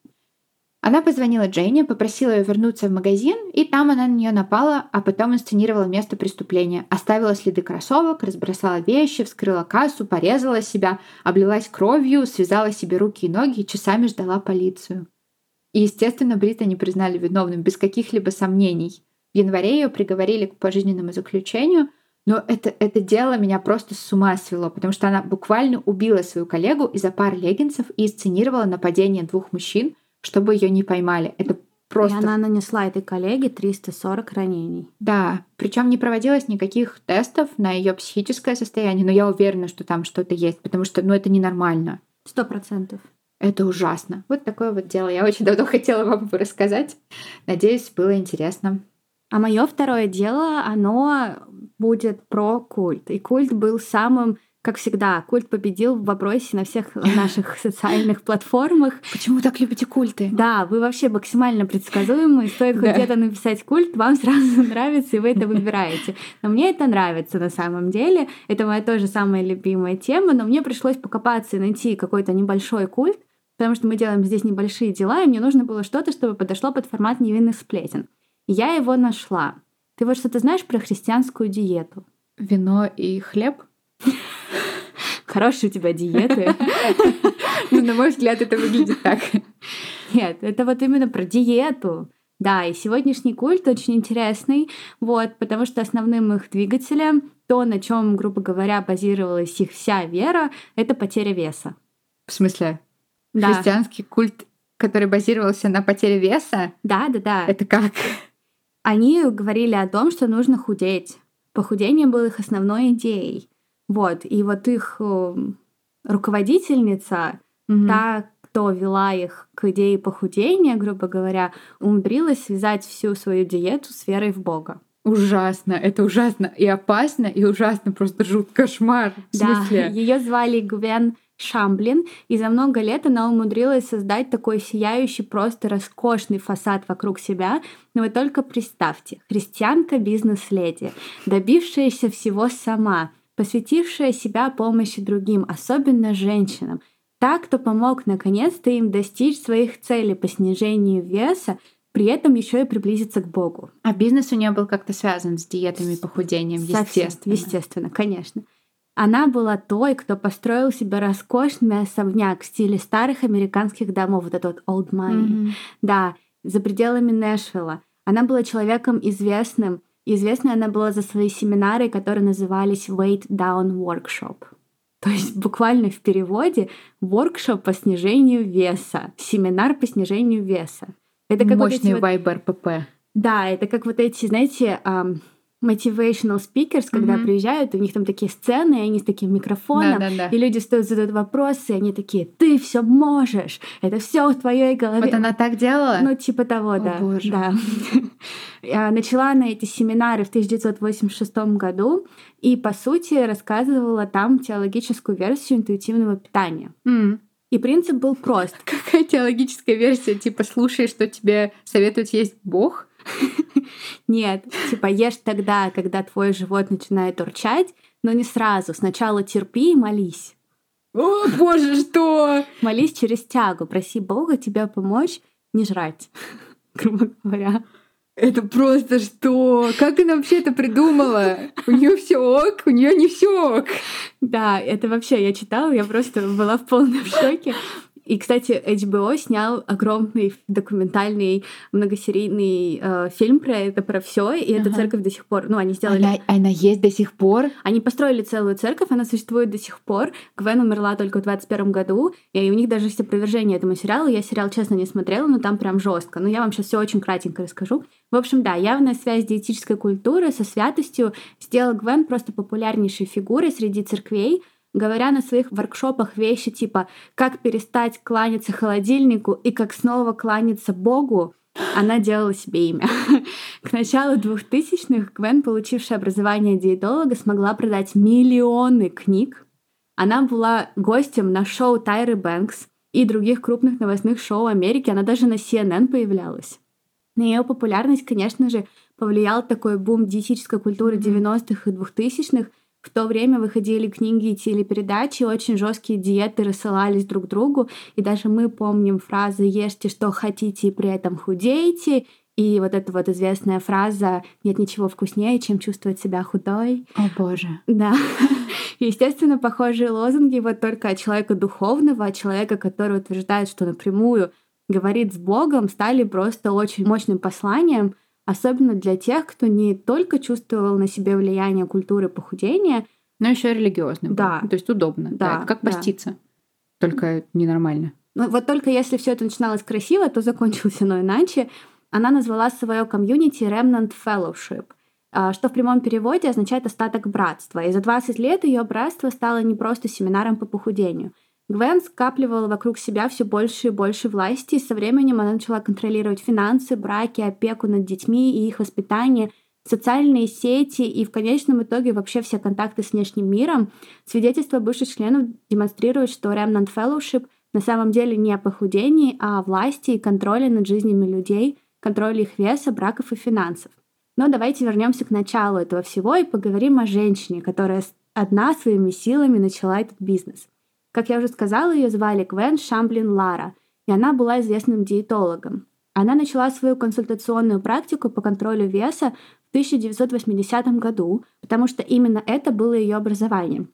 Она позвонила Джейне, попросила ее вернуться в магазин, и там она на нее напала, а потом инсценировала место преступления. Оставила следы кроссовок, разбросала вещи, вскрыла кассу, порезала себя, облилась кровью, связала себе руки и ноги и часами ждала полицию. И, естественно, Британи признали виновным без каких-либо сомнений. В январе ее приговорили к пожизненному заключению, но это дело меня просто с ума свело, потому что она буквально убила свою коллегу из-за пары леггинсов и сценировала нападение двух мужчин, чтобы ее не поймали. Это просто... И она нанесла этой коллеге 340 ранений. Да, причем не проводилось никаких тестов на ее психическое состояние, но я уверена, что там что-то есть, потому что, это ненормально. 100%. Это ужасно. Вот такое вот дело. Я очень давно хотела вам рассказать. Надеюсь, было интересно. А мое второе дело, оно будет про культ. И культ был самым, как всегда, культ победил в вопросе на всех наших социальных платформах. Почему вы так любите культы? Да, вы вообще максимально предсказуемы. Стоит хоть где-то написать культ, вам сразу нравится, и вы это выбираете. Но мне это нравится на самом деле. Это моя тоже самая любимая тема, но мне пришлось покопаться и найти какой-то небольшой культ, потому что мы делаем здесь небольшие дела, и мне нужно было что-то, чтобы подошло под формат невинных сплетен. И я его нашла. Ты вот что-то знаешь про христианскую диету? Вино и хлеб? хорошие у тебя диеты. Ну, на мой взгляд, это выглядит так. Нет, это вот именно про диету. Да, и сегодняшний культ очень интересный, вот, потому что основным их двигателем, то, на чем, грубо говоря, базировалась их вся вера, это потеря веса. В смысле? Да. Христианский культ, который базировался на потере веса? Да. Это как? Они говорили о том, что нужно худеть. Похудение было их основной идеей. Вот, и вот их руководительница, та, кто вела их к идее похудения, грубо говоря, умудрилась связать всю свою диету с верой в Бога. Ужасно, это ужасно и опасно, и ужасно, просто жуткий кошмар. В смысле? Ее звали Гвен Шамблин, и за много лет она умудрилась создать такой сияющий, просто роскошный фасад вокруг себя. Но вы только представьте, христианка бизнес-леди, добившаяся всего сама, посвятившая себя помощи другим, особенно женщинам, та, кто помог наконец-то им достичь своих целей по снижению веса, при этом еще и приблизиться к Богу. А бизнес у нее был как-то связан с диетами и похудением, естественно. Естественно, конечно. Она была той, кто построил себе роскошный особняк в стиле старых американских домов, вот этот old money. Да, за пределами Нэшвилла. Она была человеком известным. Известной она была за свои семинары, которые назывались Weight Down Workshop. То есть буквально в переводе воркшоп по снижению веса, семинар по снижению веса. Это как мощный вот вайб РПП. Да, это как вот эти, знаете, motivational speakers, когда приезжают, у них там такие сцены, и они с таким микрофоном, и люди задают вопросы, и они такие: ты все можешь, это все в твоей голове. Вот она так делала? Ну, типа того, да. Боже. Да. Начала она эти семинары в 1986 году и, по сути, рассказывала там теологическую версию интуитивного питания. И принцип был прост. Какая теологическая версия? Типа, слушай, что тебе советует есть Бог? Нет, типа ешь тогда, когда твой живот начинает урчать, но не сразу. Сначала терпи и молись. О, боже, что? Молись через тягу, проси Бога тебя помочь не жрать, грубо говоря. Это просто что? Как она вообще это придумала? У нее все ок, у нее не все ок. Да, это вообще я читала, я просто была в полном шоке. И, кстати, HBO снял огромный документальный многосерийный фильм про это, про все, и эта церковь до сих пор, ну, они сделали... Она есть до сих пор? Они построили целую церковь, она существует до сих пор. Гвен умерла только в 2021 году, и у них даже есть опровержение этому сериалу. Я сериал, честно, не смотрела, но там прям жестко. Но я вам сейчас все очень кратенько расскажу. В общем, да, явная связь диетической культуры со святостью сделала Гвен просто популярнейшей фигурой среди церквей, говоря на своих воркшопах вещи типа «Как перестать кланяться холодильнику и как снова кланяться Богу», она делала себе имя. К началу 2000-х Гвен, получившая образование диетолога, смогла продать миллионы книг. Она была гостем на шоу Тайры Бэнкс и других крупных новостных шоу Америки. Она даже на CNN появлялась. На ее популярность, конечно же, повлиял такой бум диетической культуры 90-х и 2000-х. В то время выходили книги и телепередачи, очень жесткие диеты рассылались друг другу, и даже мы помним фразы «ешьте, что хотите, и при этом худейте», и вот эта вот известная фраза «нет ничего вкуснее, чем чувствовать себя худой». О боже. Да. Естественно, похожие лозунги вот только от человека духовного, от человека, который утверждает, что напрямую говорит с Богом, стали просто очень мощным посланием, особенно для тех, кто не только чувствовал на себе влияние культуры похудения, но еще и религиозный. Да. То есть удобно. Да. Это как поститься. Только ненормально. Ну, вот только если все это начиналось красиво, то закончилось оно иначе. Она назвала свое комьюнити Remnant Fellowship, что в прямом переводе означает «остаток братства». И за 20 лет ее братство стало не просто семинаром по похудению. Гвен скапливала вокруг себя все больше и больше власти, и со временем она начала контролировать финансы, браки, опеку над детьми и их воспитание, социальные сети и в конечном итоге вообще все контакты с внешним миром. Свидетельства бывших членов демонстрируют, что Remnant Fellowship на самом деле не о похудении, а о власти и контроле над жизнями людей, контроле их веса, браков и финансов. Но давайте вернемся к началу этого всего и поговорим о женщине, которая одна своими силами начала этот бизнес. Как я уже сказала, ее звали Гвен Шамблин Лара, и она была известным диетологом. Она начала свою консультационную практику по контролю веса в 1980 году, потому что именно это было ее образованием.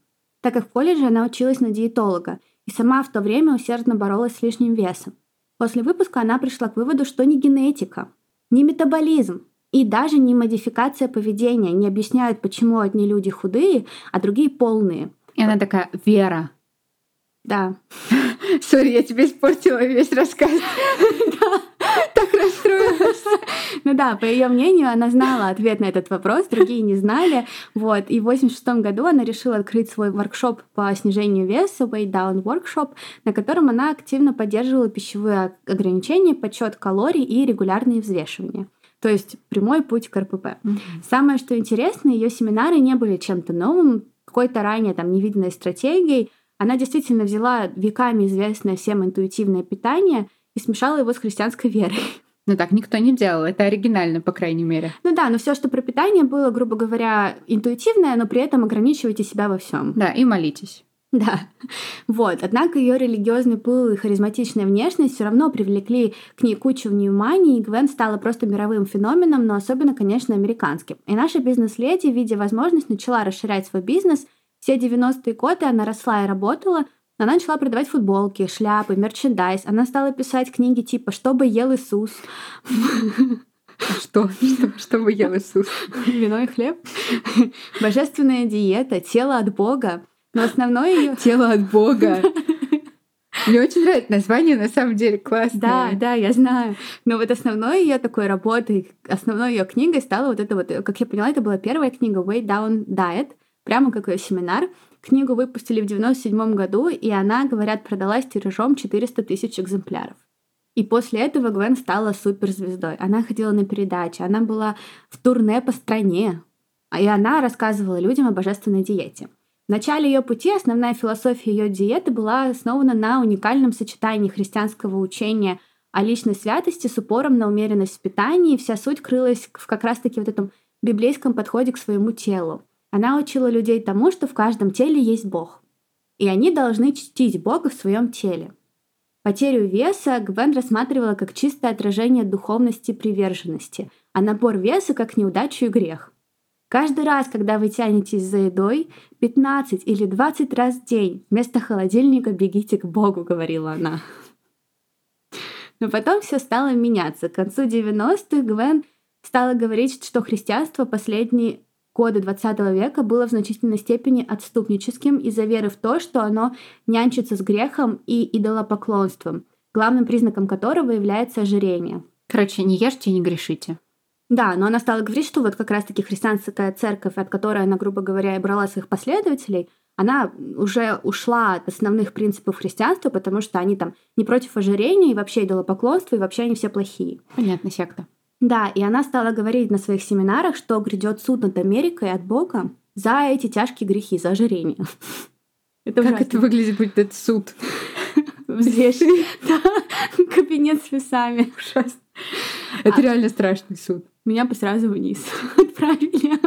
так как в колледже она училась на диетолога и сама в то время усердно боролась с лишним весом. После выпуска она пришла к выводу, что ни генетика, ни метаболизм и даже не модификация поведения не объясняют, почему одни люди худые, а другие полные. И она такая: Вера. Да. Сори, я тебе испортила весь рассказ. Так расстроилась. Ну да, по ее мнению, она знала ответ на этот вопрос, другие не знали. Вот. И в 1986 году она решила открыть свой воркшоп по снижению веса, Weight Down Workshop, на котором она активно поддерживала пищевые ограничения, подсчет калорий и регулярные взвешивания. То есть прямой путь к РПП. Самое, что интересно, ее семинары не были чем-то новым, какой-то ранее там невиданной стратегией. Она действительно взяла веками известное всем интуитивное питание и смешала его с христианской верой. Ну так никто не делал, это оригинально, по крайней мере. Ну да, но все, что про питание было, грубо говоря, интуитивное, но при этом ограничивайте себя во всем. Да, и молитесь. Да, вот. Однако ее религиозный пыл и харизматичная внешность все равно привлекли к ней кучу внимания, и Гвен стала просто мировым феноменом, но особенно, конечно, американским. И наша бизнес-леди, видя возможность, начала расширять свой бизнес. Все 90-е годы она росла и работала. Она начала продавать футболки, шляпы, мерчендайз. Она стала писать книги типа «Что бы ел Иисус?». Что бы ел Иисус? Вино и хлеб. Божественная диета, тело от Бога. Но основное ее тело от Бога. Мне очень нравится название, на самом деле классное. Да, я знаю. Но вот основной ее такой работой, основной ее книгой стала вот эта вот, как я поняла, это была первая книга Weight Down Diet, прямо как ее семинар. Книгу выпустили в 1997 году, и она, говорят, продалась тиражом 400 тысяч экземпляров. И после этого Гвен стала суперзвездой. Она ходила на передачи, она была в турне по стране, и она рассказывала людям о божественной диете. В начале ее пути основная философия ее диеты была основана на уникальном сочетании христианского учения о личной святости с упором на умеренность в питании, и вся суть крылась в как раз-таки вот этом библейском подходе к своему телу. Она учила людей тому, что в каждом теле есть Бог, и они должны чтить Бога в своем теле. Потерю веса Гвен рассматривала как чистое отражение духовности и приверженности, а набор веса как неудачу и грех. Каждый раз, когда вы тянетесь за едой, 15 или 20 раз в день вместо холодильника бегите к Богу, говорила она. Но потом все стало меняться. К концу 90-х Гвен стала говорить, что христианство последние годы 20 века было в значительной степени отступническим из-за веры в то, что оно нянчится с грехом и идолопоклонством, главным признаком которого является ожирение. Короче, не ешьте и не грешите. Да, но она стала говорить, что вот как раз-таки христианская церковь, от которой она, грубо говоря, и брала своих последователей, она уже ушла от основных принципов христианства, потому что они там не против ожирения и вообще идолопоклонства, и вообще они все плохие. Понятно, секта. Да, и она стала говорить на своих семинарах, что грядет суд над Америкой от Бога за эти тяжкие грехи, за ожирение. Это как это выглядит, будет этот суд? Взвешенный. Да, кабинет с весами. Ужасно. Это реально страшный суд. Меня бы сразу вниз отправили.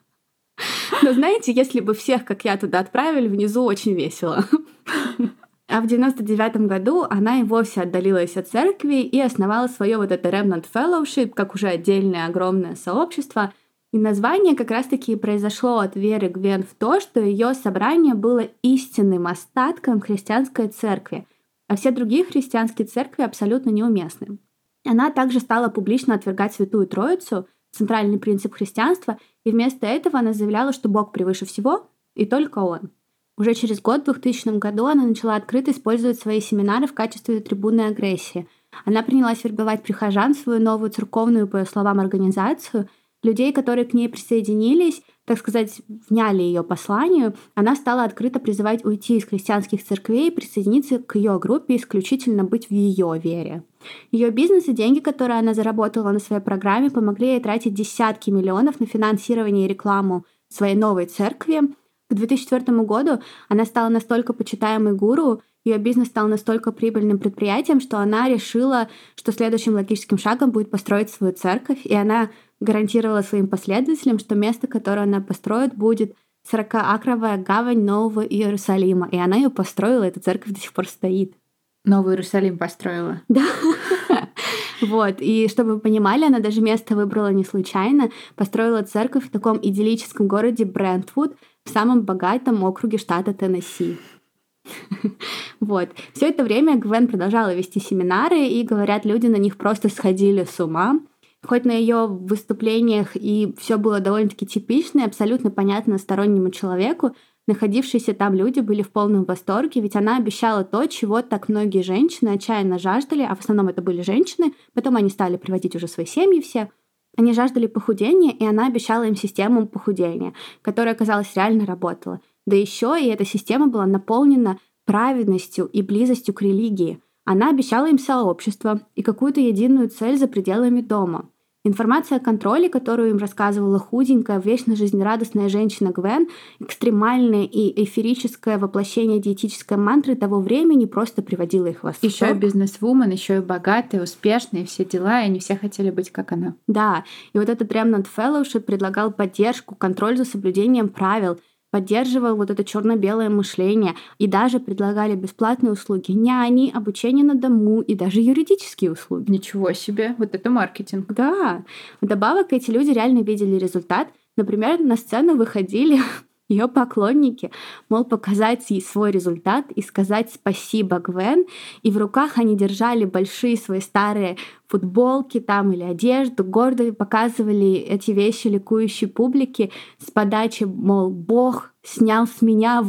Но знаете, если бы всех, как я, туда отправили, внизу очень весело. А в 99 году она и вовсе отдалилась от церкви и основала свое вот это Remnant Fellowship, как уже отдельное огромное сообщество. И название как раз-таки произошло от веры Гвен в то, что ее собрание было истинным остатком христианской церкви, а все другие христианские церкви абсолютно неуместны. Она также стала публично отвергать Святую Троицу, центральный принцип христианства, и вместо этого она заявляла, что Бог превыше всего, и только Он. Уже через год, в 2000 году, она начала открыто использовать свои семинары в качестве трибуны агрессии. Она принялась вербовать прихожан в свою новую церковную, по ее словам, организацию. Людей, которые к ней присоединились, так сказать, вняли ее посланию, она стала открыто призывать уйти из христианских церквей и присоединиться к ее группе, исключительно быть в ее вере. Ее бизнес и деньги, которые она заработала на своей программе, помогли ей тратить десятки миллионов на финансирование и рекламу своей новой церкви. К 2004 году она стала настолько почитаемой гуру, ее бизнес стал настолько прибыльным предприятием, что она решила, что следующим логическим шагом будет построить свою церковь, и она гарантировала своим последователям, что место, которое она построит, будет 40-акровая гавань Нового Иерусалима. И она ее построила, эта церковь до сих пор стоит. Новый Иерусалим построила. Да. Вот, и чтобы вы понимали, она даже место выбрала не случайно, построила церковь в таком идиллическом городе Брентвуд, в самом богатом округе штата Теннесси. Вот. Все это время Гвен продолжала вести семинары, и, говорят, люди на них просто сходили с ума. Хоть на ее выступлениях и все было довольно-таки типично и абсолютно понятно стороннему человеку, находившиеся там люди были в полном восторге, ведь она обещала то, чего так многие женщины отчаянно жаждали, а в основном это были женщины, потом они стали приводить уже свои семьи все. Они жаждали похудения, и она обещала им систему похудения, которая, казалось, реально работала. Да еще и эта система была наполнена праведностью и близостью к религии. Она обещала им сообщество и какую-то единую цель за пределами дома. Информация о контроле, которую им рассказывала худенькая, вечно жизнерадостная женщина Гвен, экстремальное и эйфорическое воплощение диетической мантры того времени просто приводило их в восторг. Еще и бизнес-вумен, еще и богатая, успешная, все дела, и они все хотели быть как она. Да, и вот этот Remnant Fellowship предлагал поддержку, контроль за соблюдением правил, поддерживал вот это черно-белое мышление и даже предлагали бесплатные услуги няни, обучение на дому и даже юридические услуги. Ничего себе, вот это маркетинг. Да. Вдобавок эти люди реально видели результат. Например, на сцену выходили ее поклонники, мол, показать ей свой результат и сказать спасибо Гвен. И в руках они держали большие свои старые футболки там или одежду, гордо показывали эти вещи ликующей публике с подачи, мол, Бог снял с меня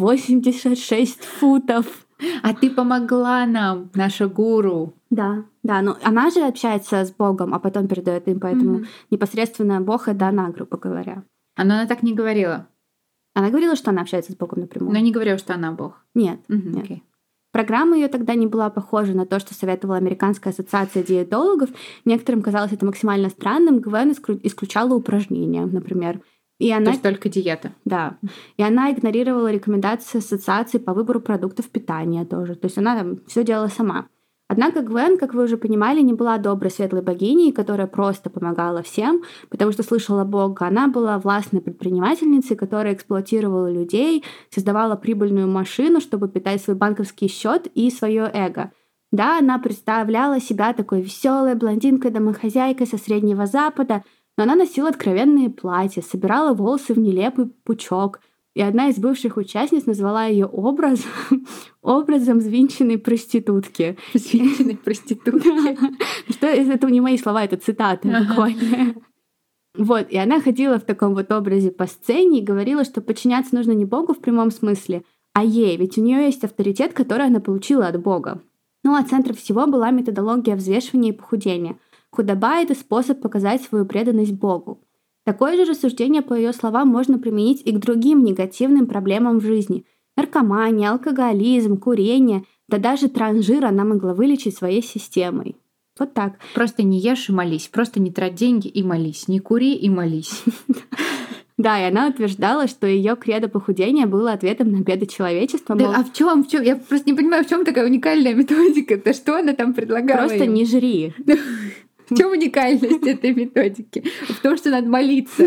86 футов. А ты помогла нам, наша гуру. Да, но она же общается с Богом, а потом передает им, поэтому непосредственно Бог — это она, грубо говоря. Но она так не говорила. Она говорила, что она общается с Богом напрямую. Но не говорила, что она Бог. Нет. Okay. Программа ее тогда не была похожа на то, что советовала Американская ассоциация диетологов. Некоторым казалось это максимально странным. Гвен исключала упражнения, например. И она... То есть только диета. Да. И она игнорировала рекомендации ассоциации по выбору продуктов питания тоже. То есть она там все делала сама. Однако Гвен, как вы уже понимали, не была доброй светлой богиней, которая просто помогала всем, потому что слышала Бога. Она была властной предпринимательницей, которая эксплуатировала людей, создавала прибыльную машину, чтобы питать свой банковский счет и свое эго. Да, она представляла себя такой веселой блондинкой-домохозяйкой со Среднего Запада, но она носила откровенные платья, собирала волосы в нелепый пучок. И одна из бывших участниц назвала ее образом взвинченной проститутки. Взвинченной проститутки. Что это не мои слова, это цитаты буквально. Вот, и она ходила в таком вот образе по сцене и говорила, что подчиняться нужно не Богу в прямом смысле, а ей, ведь у нее есть авторитет, который она получила от Бога. Ну а центром всего была методология взвешивания и похудения. Худоба — это способ показать свою преданность Богу. Такое же рассуждение, по ее словам, можно применить и к другим негативным проблемам в жизни. Наркомания, алкоголизм, курение, да даже транжир она могла вылечить своей системой. Вот так. Просто не ешь и молись, просто не трать деньги и молись, не кури и молись. Да, и она утверждала, что ее кредо похудения было ответом на беды человечества. Да, а в чем? Я просто не понимаю, в чем такая уникальная методика? Да что она там предлагала? Просто не жри. В чем уникальность этой методики? В том, что надо молиться.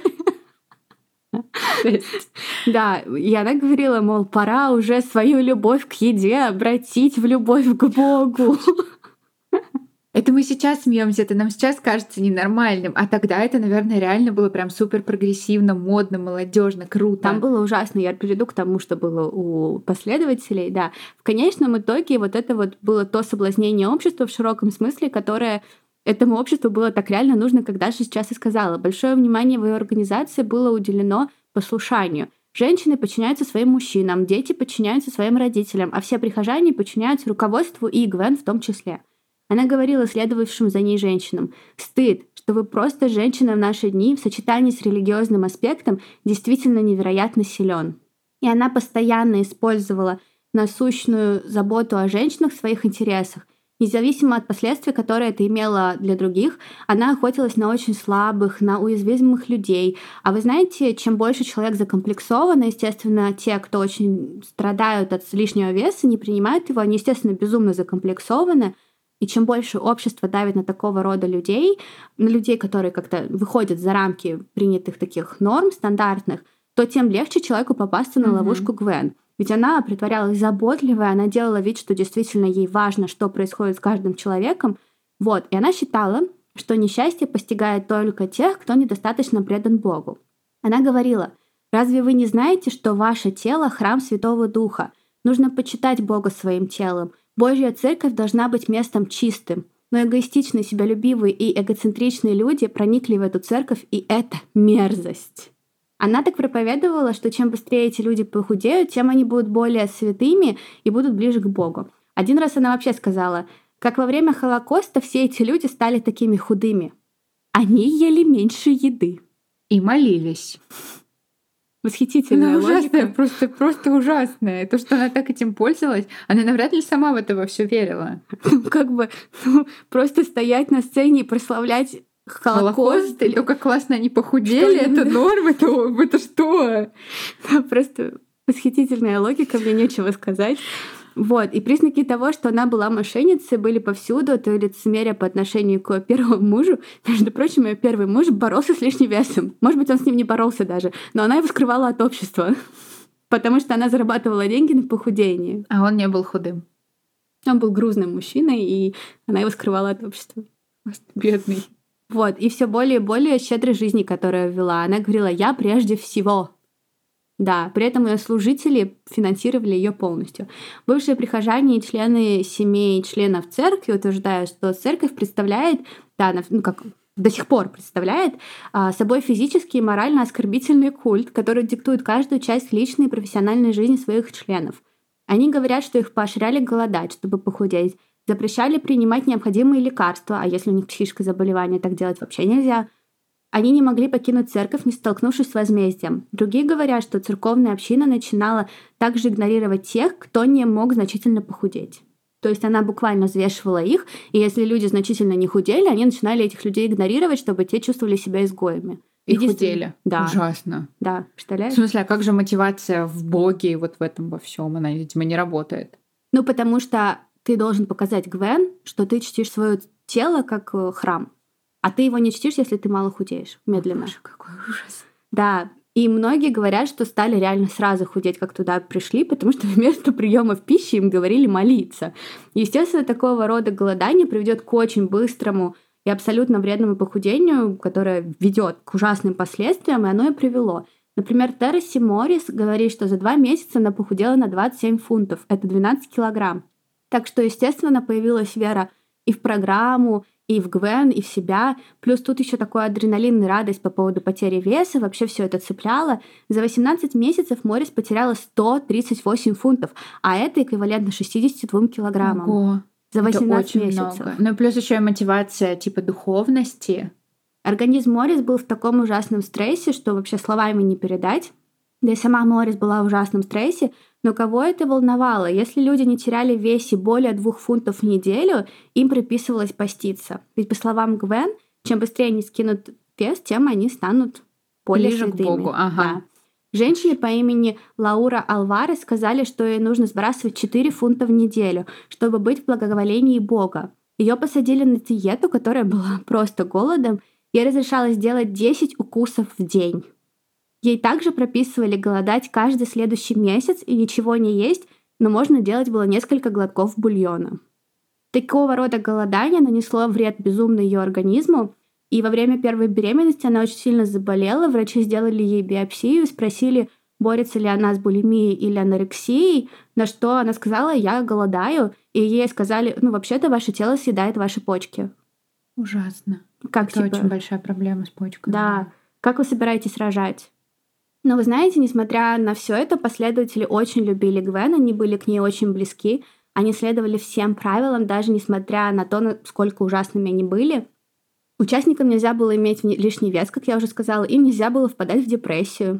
Да, и она говорила, мол, пора уже свою любовь к еде обратить в любовь к Богу. Это мы сейчас смеемся, это нам сейчас кажется ненормальным, а тогда это, наверное, реально было прям супер прогрессивно, модно, молодежно, круто. Там было ужасно, я перейду к тому, что было у последователей, да. В конечном итоге вот это вот было то соблазнение общества в широком смысле, которое этому обществу было так реально нужно, как Даша сейчас и сказала. Большое внимание в ее организации было уделено послушанию. Женщины подчиняются своим мужчинам, дети подчиняются своим родителям, а все прихожане подчиняются руководству и Гвен в том числе. Она говорила следовавшим за ней женщинам: «Стыд, что вы просто женщина в наши дни в сочетании с религиозным аспектом действительно невероятно силен». И она постоянно использовала насущную заботу о женщинах в своих интересах. Независимо от последствий, которые это имело для других, она охотилась на очень слабых, на уязвимых людей. А вы знаете, чем больше человек закомплексован, естественно, те, кто очень страдают от лишнего веса, не принимают его, они, естественно, безумно закомплексованы. И чем больше общество давит на такого рода людей, на людей, которые как-то выходят за рамки принятых таких норм стандартных, то тем легче человеку попасться на ловушку Гвен. Ведь она притворялась заботливой, она делала вид, что действительно ей важно, что происходит с каждым человеком. Вот, и она считала, что несчастье постигает только тех, кто недостаточно предан Богу. Она говорила: «Разве вы не знаете, что ваше тело — храм Святого Духа? Нужно почитать Бога своим телом. Божья церковь должна быть местом чистым». Но эгоистичные, себялюбивые и эгоцентричные люди проникли в эту церковь, и это мерзость. Она так проповедовала, что чем быстрее эти люди похудеют, тем они будут более святыми и будут ближе к Богу. Один раз она вообще сказала: как во время Холокоста все эти люди стали такими худыми. Они ели меньше еды. И молились. Восхитительная логика. Просто ужасная. То, что она так этим пользовалась, она навряд ли сама в это во все верила. Просто стоять на сцене и прославлять Холокост. И то, как классно они похудели, это норма, это что? Просто восхитительная логика, мне нечего сказать. Вот. И признаки того, что она была мошенницей, были повсюду. Это лицемерие по отношению к первому мужу. Между прочим, ее первый муж боролся с лишним весом. Может быть, он с ним не боролся даже, но она его скрывала от общества, потому что она зарабатывала деньги на похудении. А он не был худым. Он был грузным мужчиной, и она его скрывала от общества. Бедный. Вот. И все более и более щедрой жизни, которую вела. Она говорила: «Я прежде всего». Да, при этом ее служители финансировали ее полностью. Бывшие прихожане и члены семей членов церкви утверждают, что церковь представляет, как до сих пор представляет собой физический и морально оскорбительный культ, который диктует каждую часть личной и профессиональной жизни своих членов. Они говорят, что их поощряли голодать, чтобы похудеть, запрещали принимать необходимые лекарства, а если у них психическое заболевание, так делать вообще нельзя. Они не могли покинуть церковь, не столкнувшись с возмездием. Другие говорят, что церковная община начинала также игнорировать тех, кто не мог значительно похудеть. То есть она буквально взвешивала их, и если люди значительно не худели, они начинали этих людей игнорировать, чтобы те чувствовали себя изгоями. И худели. Да. Ужасно. Да, представляешь? В смысле, а как же мотивация в Боге и вот в этом во всем? Она, видимо, не работает. Ну, потому что ты должен показать Гвен, что ты чтишь свое тело как храм. А ты его не чтишь, если ты мало худеешь. Медленно. Боже, какой ужас. Да. И многие говорят, что стали реально сразу худеть, как туда пришли, потому что вместо приема пищи им говорили молиться. Естественно, такого рода голодание приведет к очень быстрому и абсолютно вредному похудению, которое ведет к ужасным последствиям, и оно и привело. Например, Терреси Моррис говорит, что за 2 месяца она похудела на 27 фунтов. Это 12 килограмм. Так что, естественно, появилась вера и в программу, и в Гвен, и в себя. Плюс тут еще такой адреналин и радость по поводу потери веса. Вообще все это цепляло. За 18 месяцев Моррис потеряла 138 фунтов, а это эквивалентно 62 килограммам. Ого. За 18 это очень месяцев. Много. Ну и плюс еще и мотивация типа духовности. Организм Моррис был в таком ужасном стрессе, что вообще словами не передать. Да и сама Моррис была в ужасном стрессе, но кого это волновало? Если люди не теряли в весе более 2 фунтов в неделю, им приписывалось поститься. Ведь, по словам Гвен, чем быстрее они скинут вес, тем они станут более ближе святыми. к Богу. Ага. Да. Женщине по имени Лаура Алварес сказали, что ей нужно сбрасывать 4 фунта в неделю, чтобы быть в благоволении Бога. Ее посадили на диету, которая была просто голодом. Ей разрешалось делать 10 укусов в день. Ей также прописывали голодать каждый следующий месяц и ничего не есть, но можно делать было несколько глотков бульона. Такого рода голодание нанесло вред безумно ее организму, и во время первой беременности она очень сильно заболела. Врачи сделали ей биопсию и спросили, борется ли она с булимией или анорексией, на что она сказала: «Я голодаю», и ей сказали: вообще-то ваше тело съедает ваши почки. Ужасно. Как это очень большая проблема с почками. Да. Как вы собираетесь рожать? Но вы знаете, несмотря на все это, последователи очень любили Гвен, они были к ней очень близки, они следовали всем правилам, даже несмотря на то, насколько ужасными они были. Участникам нельзя было иметь лишний вес, как я уже сказала, им нельзя было впадать в депрессию.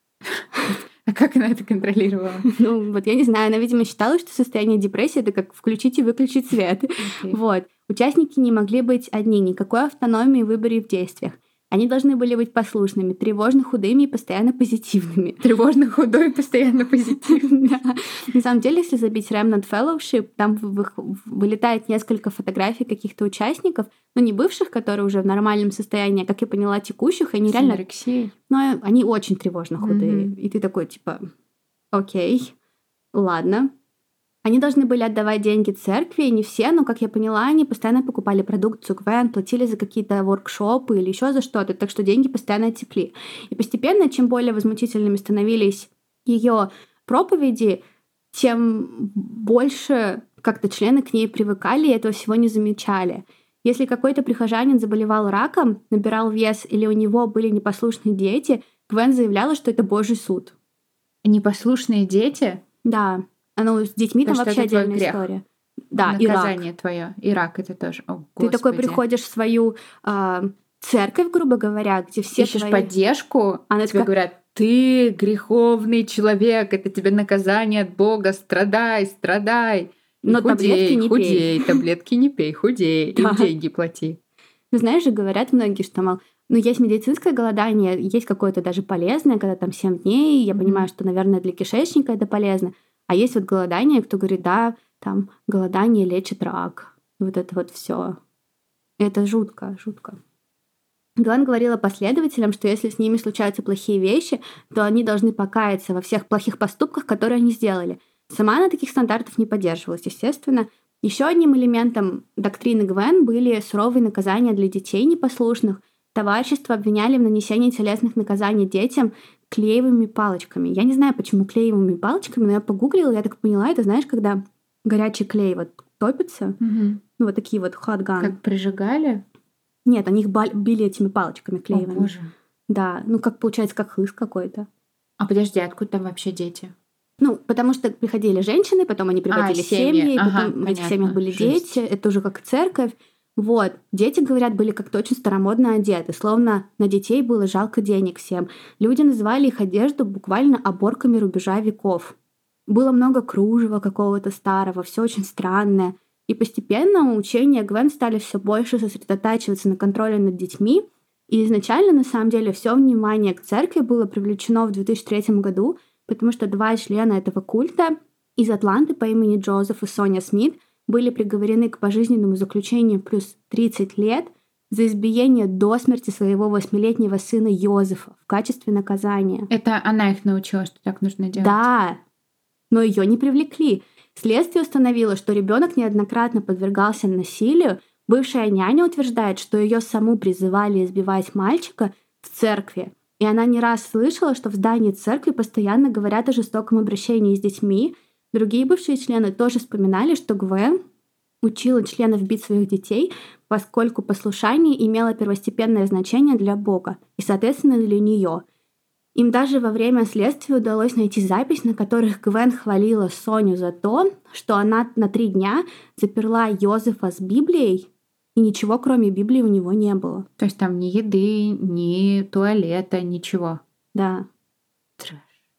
А как она это контролировала? Я не знаю, она, видимо, считала, что состояние депрессии — это как включить и выключить свет. Okay. Участники не могли быть одни, никакой автономии в выборе и в действиях. Они должны были быть послушными, тревожно худыми и постоянно позитивными. Тревожно худой и постоянно позитивный. На самом деле, если забить Remnant Fellowship, там вылетает несколько фотографий каких-то участников, не бывших, которые уже в нормальном состоянии, а, как я поняла, текущих, они реально... Анорексией. Но они очень тревожно худые. И ты такой, типа, окей, ладно. Они должны были отдавать деньги церкви, не все, но, как я поняла, они постоянно покупали продукцию Гвен, платили за какие-то воркшопы или еще за что-то, так что деньги постоянно текли. И постепенно, чем более возмутительными становились ее проповеди, тем больше как-то члены к ней привыкали и этого всего не замечали. Если какой-то прихожанин заболевал раком, набирал вес или у него были непослушные дети, Гвен заявляла, что это Божий суд. Непослушные дети? Да. С детьми там вообще отдельная история. Да, наказание твое. И рак это тоже. О, ты такой приходишь в свою церковь, грубо говоря, где все ищешь поддержку, тебе говорят: ты греховный человек, это тебе наказание от Бога, страдай. Но таблетки не пей. Таблетки не пей, худей, им деньги плати. Знаешь же, говорят многие, что, мол, есть медицинское голодание, есть какое-то даже полезное, когда там 7 дней, я понимаю, что, наверное, для кишечника это полезно, а есть вот голодание, кто говорит, да, там голодание лечит рак, и вот это вот все. Это жутко. Гвен говорила последователям, что если с ними случаются плохие вещи, то они должны покаяться во всех плохих поступках, которые они сделали. Сама она таких стандартов не поддерживалась, естественно. Еще одним элементом доктрины Гвен были суровые наказания для детей непослушных. Товарищество обвиняли в нанесении телесных наказаний детям клеевыми палочками. Я не знаю, почему клеевыми палочками, но я погуглила, я так поняла, это, знаешь, когда горячий клей вот топится, вот такие вот hot gun. Как прижигали? Нет, они их били этими палочками клеевыми. О, боже. Да, как получается, как хлыст какой-то. А подожди, откуда там вообще дети? Потому что приходили женщины, потом они приводили семьи, потом в этих семьях были дети, это уже как церковь. Вот, дети, говорят, были как-то очень старомодно одеты, словно на детей было жалко денег всем. Люди называли их одежду буквально оборками рубежа веков. Было много кружева какого-то старого, все очень странное. И постепенно учения Гвен стали все больше сосредотачиваться на контроле над детьми. И изначально, на самом деле, все внимание к церкви было привлечено в 2003 году, потому что 2 члена этого культа из Атланты по имени Джозеф и Соня Смит были приговорены к пожизненному заключению плюс 30 лет за избиение до смерти своего 8-летнего сына Йозефа в качестве наказания. Это она их научила, что так нужно делать? Да, но ее не привлекли. Следствие установило, что ребенок неоднократно подвергался насилию. Бывшая няня утверждает, что ее саму призывали избивать мальчика в церкви. И она не раз слышала, что в здании церкви постоянно говорят о жестоком обращении с детьми. Другие бывшие члены тоже вспоминали, что Гвен учила членов бить своих детей, поскольку послушание имело первостепенное значение для Бога и, соответственно, для нее. Им даже во время следствия удалось найти запись, на которых Гвен хвалила Соню за то, что она на 3 дня заперла Йозефа с Библией, и ничего, кроме Библии, у него не было. То есть там ни еды, ни туалета, ничего. Да. Трэш.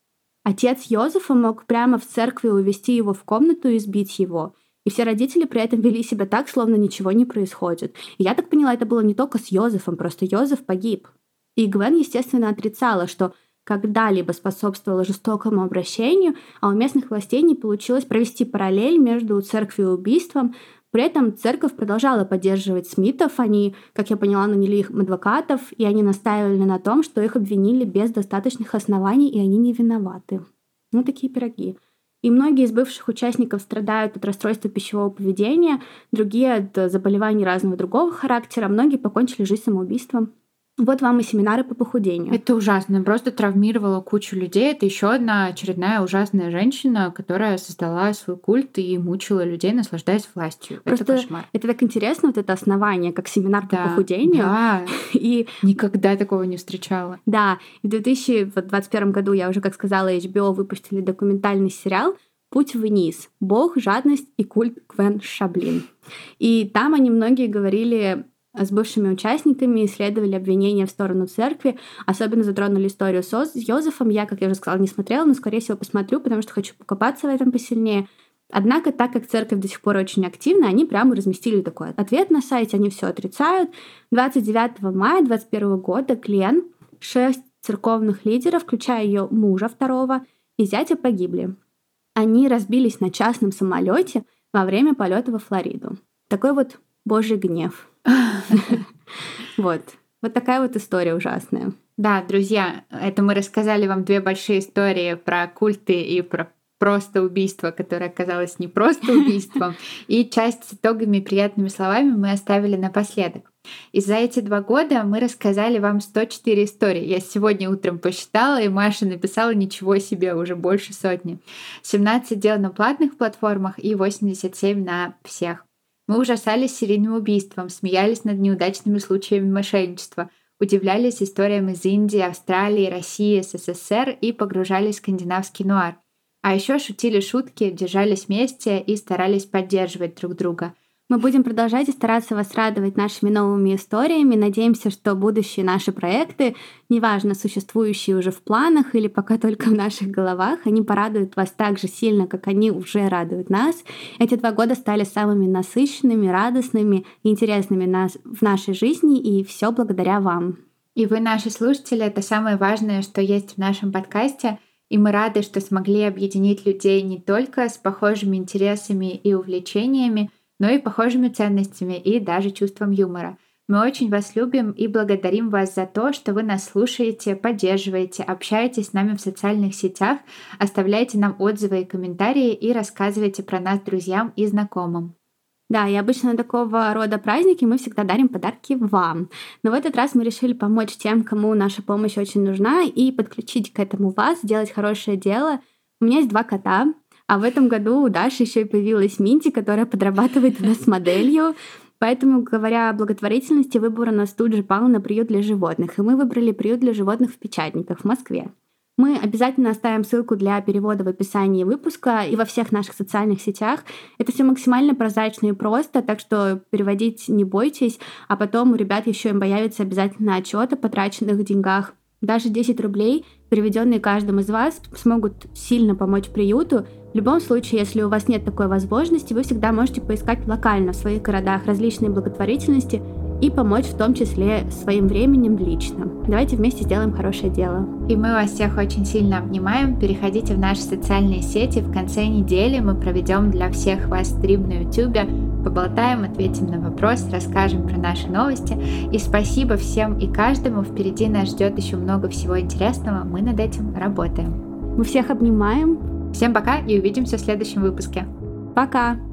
Отец Йозефа мог прямо в церкви увести его в комнату и избить его. И все родители при этом вели себя так, словно ничего не происходит. И я так поняла, это было не только с Йозефом, просто Йозеф погиб. И Гвен, естественно, отрицала, что когда-либо способствовала жестокому обращению, а у местных властей не получилось провести параллель между церковью и убийством. При этом церковь продолжала поддерживать Смитов, они, как я поняла, наняли их адвокатов, и они настаивали на том, что их обвинили без достаточных оснований, и они не виноваты. Такие пироги. И многие из бывших участников страдают от расстройства пищевого поведения, другие от заболеваний разного другого характера, многие покончили жизнь самоубийством. Вот вам и семинары по похудению. Это ужасно. Просто травмировала кучу людей. Это еще одна очередная ужасная женщина, которая создала свой культ и мучила людей, наслаждаясь властью. Просто это кошмар. Это так интересно, вот это основание, как семинар по похудению. Да. И никогда такого не встречала. Да. И в 2021 году, я уже, как сказала, HBO выпустили документальный сериал «Путь вниз. Бог, жадность и культ Гвен Шаблин». И там они многие говорили с бывшими участниками, исследовали обвинения в сторону церкви, особенно затронули историю с Йозефом. Я, как я уже сказала, не смотрела, но, скорее всего, посмотрю, потому что хочу покопаться в этом посильнее. Однако, так как церковь до сих пор очень активна, они прямо разместили такой ответ на сайте, они все отрицают. 29 мая 2021 года Глен, 6 церковных лидеров, включая ее мужа второго и зятя, погибли. Они разбились на частном самолете во время полета во Флориду. Такой вот Божий гнев. Вот такая вот история ужасная. Да, друзья, это мы рассказали вам 2 большие истории про культы и про просто убийство, которое оказалось не просто убийством, и часть с итогами и приятными словами мы оставили напоследок. И за эти 2 года мы рассказали вам 104 истории. Я сегодня утром посчитала, и Маша написала ничего себе, уже больше сотни. 17 дел на платных платформах и 87 на всех. Мы ужасались серийным убийством, смеялись над неудачными случаями мошенничества, удивлялись историям из Индии, Австралии, России, СССР и погружались в скандинавский нуар. А еще шутили шутки, держались вместе и старались поддерживать друг друга. Мы будем продолжать и стараться вас радовать нашими новыми историями. Надеемся, что будущие наши проекты, неважно, существующие уже в планах или пока только в наших головах, они порадуют вас так же сильно, как они уже радуют нас. Эти 2 года стали самыми насыщенными, радостными и интересными в нашей жизни, и все благодаря вам. И вы, наши слушатели, это самое важное, что есть в нашем подкасте. И мы рады, что смогли объединить людей не только с похожими интересами и увлечениями, но и похожими ценностями и даже чувством юмора. Мы очень вас любим и благодарим вас за то, что вы нас слушаете, поддерживаете, общаетесь с нами в социальных сетях, оставляете нам отзывы и комментарии и рассказываете про нас друзьям и знакомым. Да, и обычно на такого рода праздники мы всегда дарим подарки вам. Но в этот раз мы решили помочь тем, кому наша помощь очень нужна, и подключить к этому вас, сделать хорошее дело. У меня есть 2 кота, а в этом году у Даши еще и появилась Минти, которая подрабатывает у нас моделью. Поэтому, говоря о благотворительности, выбор у нас тут же пал на приют для животных. И мы выбрали приют для животных в Печатниках в Москве. Мы обязательно оставим ссылку для перевода в описании выпуска и во всех наших социальных сетях. Это все максимально прозрачно и просто, так что переводить не бойтесь. А потом у ребят еще им появится обязательно отчет о потраченных деньгах. Даже 10 рублей, переведенные каждым из вас, смогут сильно помочь приюту. В любом случае, если у вас нет такой возможности, вы всегда можете поискать локально в своих городах различные благотворительности и помочь в том числе своим временем лично. Давайте вместе сделаем хорошее дело. И мы вас всех очень сильно обнимаем. Переходите в наши социальные сети. В конце недели мы проведем для всех вас стрим на YouTube. Поболтаем, ответим на вопрос, расскажем про наши новости. И спасибо всем и каждому. Впереди нас ждет еще много всего интересного. Мы над этим работаем. Мы всех обнимаем. Всем пока и увидимся в следующем выпуске. Пока!